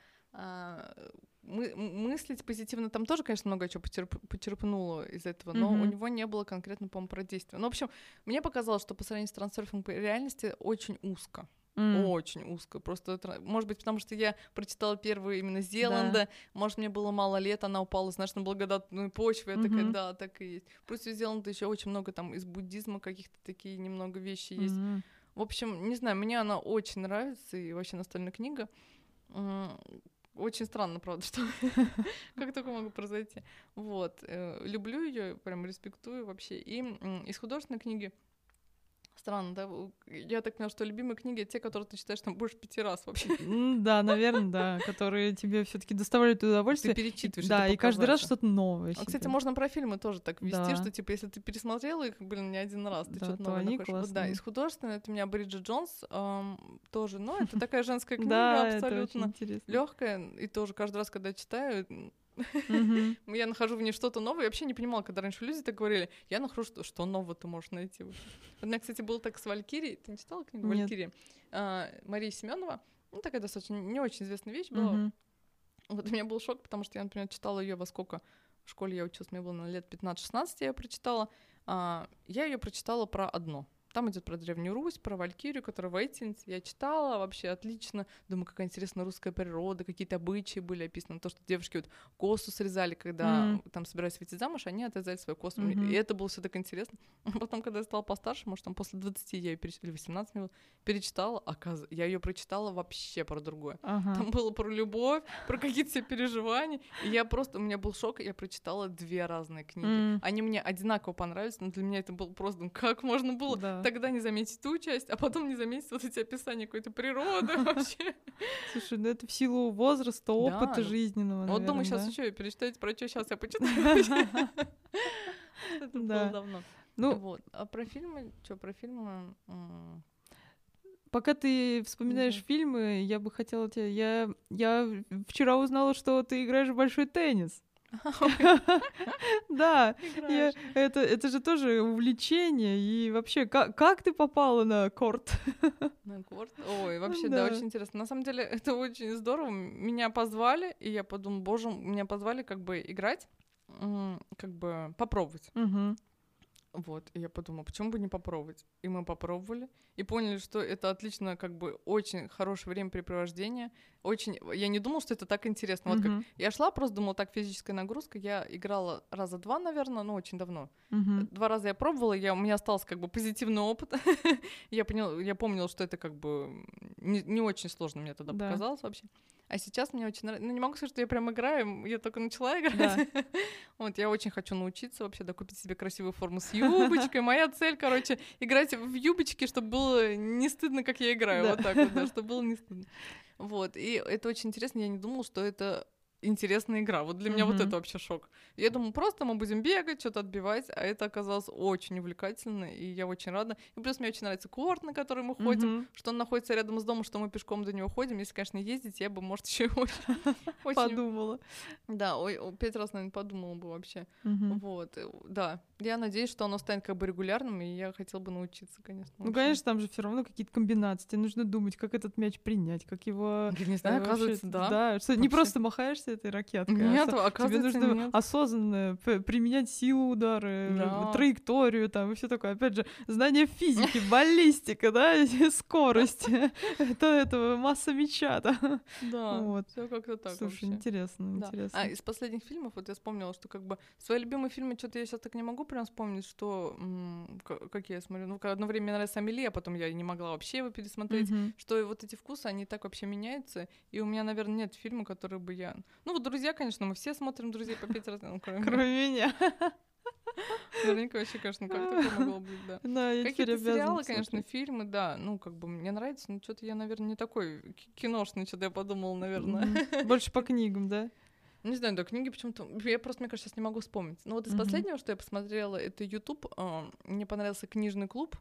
S1: мыслить позитивно там тоже, конечно, много чего почерпнуло из этого, но у него не было конкретно, по-моему, про действия. Ну, в общем, мне показалось, что по сравнению с трансерфингом по реальности очень узко. Очень узко. Просто, может быть, потому что я прочитала первую именно Зеланда, может, мне было мало лет, она упала, знаешь, на благодатную почву, я такая, да, так и есть. Плюс у Зеланда еще очень много там из буддизма каких-то такие немного вещи есть. В общем, не знаю, мне она очень нравится, и вообще настольная книга. Очень странно, правда, что как такое могло произойти. Вот. Люблю ее, прям респектую вообще. И из художественной книги странно, да? Я так поняла, что любимые книги — те, которые ты читаешь там больше 5 раз вообще.
S2: Да, наверное, да, которые тебе все-таки доставляют удовольствие.
S1: Ты перечитываешь.
S2: Да, и каждый раз что-то новое.
S1: Кстати, можно про фильмы тоже так вести, что, типа, если ты пересмотрела их, не один раз, ты что-то новое находишь. Вот, да, из художественной это у меня Бриджит Джонс тоже, но это такая женская книга абсолютно легкая, и тоже каждый раз, когда читаю, я нахожу в ней что-то новое. Я вообще не понимала, когда раньше люди так говорили. Я нахожу, что нового ты можешь найти. У меня, кстати, было так с «Валькирией». Ты не читала книгу «Валькирия»? Мария Семенова. Ну, такая достаточно не очень известная вещь была. Вот у меня был шок, потому что я, например, читала ее во сколько в школе я училась, мне было на лет 15-16, я ее прочитала. Я ее прочитала про одно. Там идет про Древнюю Русь, про Валькирию, которая воительница. Я читала вообще отлично. Думаю, какая интересная русская природа, какие-то обычаи были описаны. То, что девушки вот косу срезали, когда там собирались выйти замуж, они отрезали свою косу. И это было все так интересно. А потом, когда я стала постарше, может, там после 20 я ее перечитала, или 18 мне было, перечитала, оказывается, я ее прочитала вообще про другое. Там было про любовь, про какие-то все переживания. И я просто, у меня был шок, я прочитала 2 разные книги. Они мне одинаково понравились, но для меня это было просто, как можно было тогда не заметить ту часть, а потом не заметить вот эти описания какой-то природы вообще.
S2: Слушай, ну это в силу возраста, опыта жизненного, наверное,
S1: вот думаю, сейчас еще перечитать, про что сейчас я почитаю. Это было давно.
S2: Ну,
S1: вот. А про фильмы,
S2: пока ты вспоминаешь фильмы, я бы хотела тебя... Я вчера узнала, что ты играешь в большой теннис. Да, это же тоже увлечение. И вообще, как ты попала на корт?
S1: На корт? Ой, вообще, да, очень интересно. На самом деле, это очень здорово. Меня позвали, и я подумала, боже, меня позвали как бы играть, как бы попробовать. Вот, и я подумала, почему бы не попробовать? И мы попробовали, и поняли, что это отлично, как бы, очень хорошее времяпрепровождение. Очень... Я не думала, что это так интересно. Вот как... Я шла, просто думала, так, физическая нагрузка. Я играла раза 2, наверное, но очень давно. 2 раза я пробовала, у меня остался, как бы, позитивный опыт. Я помнила, что это, как бы, не очень сложно мне тогда показалось вообще. А сейчас мне очень нравится. Ну, не могу сказать, что я прям играю, я только начала играть. Вот, я очень хочу научиться вообще, купить себе красивую форму с юбочкой. Моя цель, короче, играть в юбочке, чтобы было не стыдно, как я играю. Вот так вот, да, чтобы было не стыдно. Вот, и это очень интересно. Я не думала, что это интересная игра. Вот для меня вот это вообще шок. Я думаю, просто мы будем бегать, что-то отбивать, а это оказалось очень увлекательно, и я очень рада. И плюс мне очень нравится корт, на который мы ходим, что он находится рядом с домом, что мы пешком до него ходим. Если, конечно, ездить, я бы, может, еще очень...
S2: Подумала.
S1: Да, 5 раз, наверное, подумала бы вообще. Вот, да. Я надеюсь, что оно станет как бы регулярным, и я хотела бы научиться, конечно.
S2: Ну, конечно, там же все равно какие-то комбинации. Тебе нужно думать, как этот мяч принять, как его...
S1: Я не знаю, оказывается, да.
S2: Да, что не просто махаешься этой ракеткой.
S1: Нет,
S2: оказывается, тебе нужно осознанно применять силу удара, траекторию там и все такое. Опять же, знание физики, баллистика, да, скорость, это масса мяча, да.
S1: Да, вот. Всё как-то так.
S2: Слушай, интересно.
S1: А из последних фильмов, вот я вспомнила, что как бы свои любимые фильмы, что-то я сейчас так не могу прям вспомнить, что какие я смотрю. Ну, одно время мне нравится Амели, а потом я не могла вообще его пересмотреть. Что вот эти вкусы, они так вообще меняются. И у меня, наверное, нет фильма, который бы я... Ну, вот «Друзья», конечно, мы все смотрим «Друзей» по 5 раз, кроме меня. Наверняка вообще, конечно, как такое могло быть, да. Какие-то сериалы, конечно, фильмы, да. Ну, как бы мне нравится, но что-то я, наверное, не такой киношный, что-то я подумала, наверное.
S2: Больше по книгам, да?
S1: Не знаю, да, книги почему-то... Я просто, мне кажется, сейчас не могу вспомнить. Но вот из последнего, что я посмотрела, это YouTube. Мне понравился «Книжный клуб».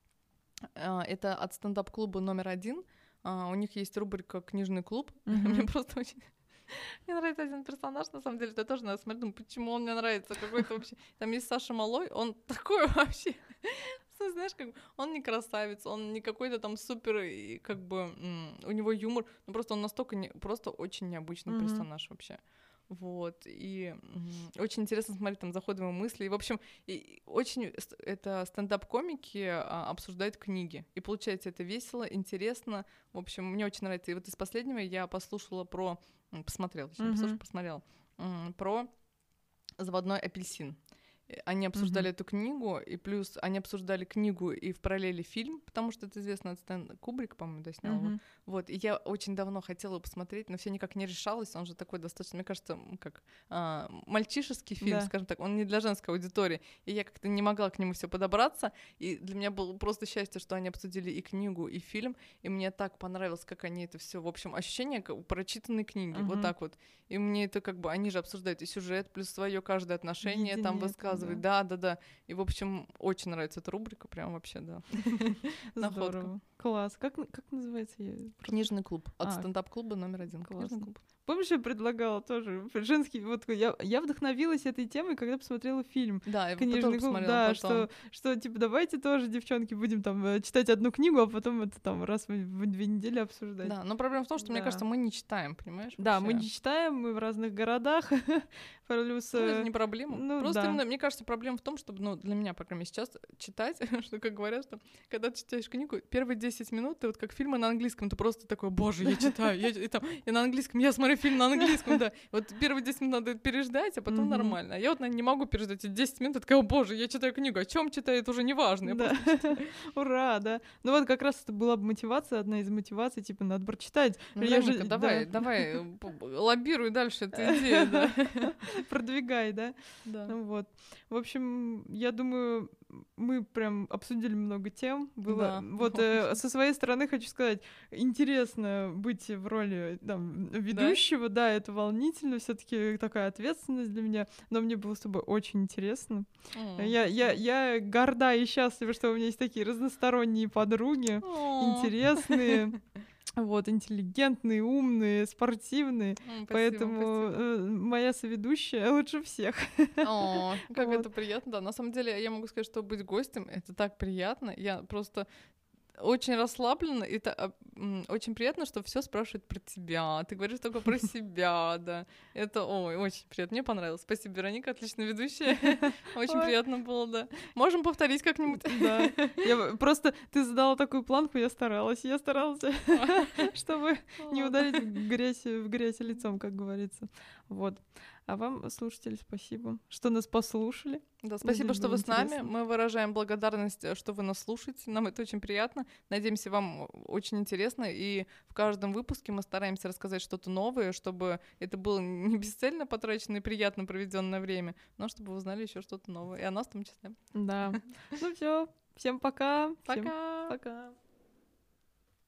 S1: Это от стендап-клуба номер 1. У них есть рубрика «Книжный клуб». Мне просто очень... Мне нравится один персонаж, на самом деле, я тоже надо смотреть, почему он мне нравится, какой-то вообще... Там есть Саша Малой, он такой вообще... Знаешь, как бы он не красавец, он не какой-то там супер, и как бы у него юмор, но просто он настолько просто очень необычный персонаж вообще. Вот, и очень интересно смотреть там за ходом мысли. И, в общем, очень это стендап-комики обсуждают книги. И получается это весело, интересно. В общем, мне очень нравится. И вот из последнего я послушала посмотрела про «Заводной апельсин». Они обсуждали эту книгу, и плюс они обсуждали книгу и в параллели фильм, потому что это известно от Стэнли Кубрик, по-моему, да, снял его. Вот, и я очень давно хотела его посмотреть, но все никак не решалась. Он же такой достаточно, мне кажется, как мальчишеский фильм, скажем так, он не для женской аудитории. И я как-то не могла к нему все подобраться. И для меня было просто счастье, что они обсудили и книгу, и фильм. И мне так понравилось, как они это все, в общем, ощущение как прочитанной книги, вот так вот. И мне это как бы, они же обсуждают и сюжет, плюс свое каждое отношение там высказывают. Да. И, в общем, очень нравится эта рубрика, прям вообще, да.
S2: Здорово. Класс. Как называется?
S1: «Книжный клуб». От стендап-клуба номер 1.
S2: «Книжный клуб». Помнишь, я предлагала тоже женский... Вот я вдохновилась этой темой, когда посмотрела фильм.
S1: Да, я
S2: «Книжный клуб». Да, что типа давайте тоже, девчонки, будем там читать одну книгу, а потом это там раз в 2 недели обсуждать.
S1: Да, но проблема в том, что, мне кажется, мы не читаем, понимаешь?
S2: Да, мы не читаем, мы в разных городах. Плюс...
S1: Ну, это не проблема. Просто именно, мне кажется, проблема в том, чтобы, для меня, по крайней мере, сейчас читать, что, как говорят, что когда ты читаешь книгу, первые 10 минут, ты вот как фильмы на английском, ты просто такой, боже, я читаю, и на английском, я смотрю фильм на английском, да. Вот первые 10 минут надо переждать, а потом нормально. А я вот не могу переждать эти 10 минут, я такая, о боже, я читаю книгу, о чем читаю, это уже не важно.
S2: Да. Ура, да. Ну вот как раз это была бы мотивация, одна из мотиваций, типа, надо прочитать.
S1: Вероника, давай, лоббируй дальше эту идею, да.
S2: Продвигай, да?
S1: Да.
S2: Вот. В общем, я думаю, мы прям обсудили много тем. Было
S1: Да.
S2: вот со своей стороны хочу сказать, интересно быть в роли там, ведущего, да, это волнительно, все-таки такая ответственность для меня, но мне было с тобой очень интересно. Я горда и счастлива, что у меня есть такие разносторонние подруги, интересные. Вот, интеллигентные, умные, спортивные.
S1: Спасибо,
S2: поэтому моя соведущая лучше всех.
S1: Как это приятно, да. На самом деле, я могу сказать, что быть гостем — это так приятно. Я просто очень расслаблена, и это очень приятно, что все спрашивают про тебя. Ты говоришь только про себя, да. Это, очень приятно. Мне понравилось. Спасибо, Вероника, отличная ведущая. Очень приятно было, да. Можем повторить как-нибудь.
S2: Да. Просто ты задала такую планку, я старалась, чтобы не ударить в грязь лицом, как говорится. Вот. А вам, слушатели, спасибо, что нас послушали.
S1: Да, спасибо, что вы с нами. Мы выражаем благодарность, что вы нас слушаете. Нам это очень приятно. Надеемся, вам очень интересно. И в каждом выпуске мы стараемся рассказать что-то новое, чтобы это было не бесцельно потраченное и приятно проведенное время, но чтобы вы узнали еще что-то новое. И о нас в том числе.
S2: Да. Ну все, всем пока.
S1: Пока.
S2: Пока.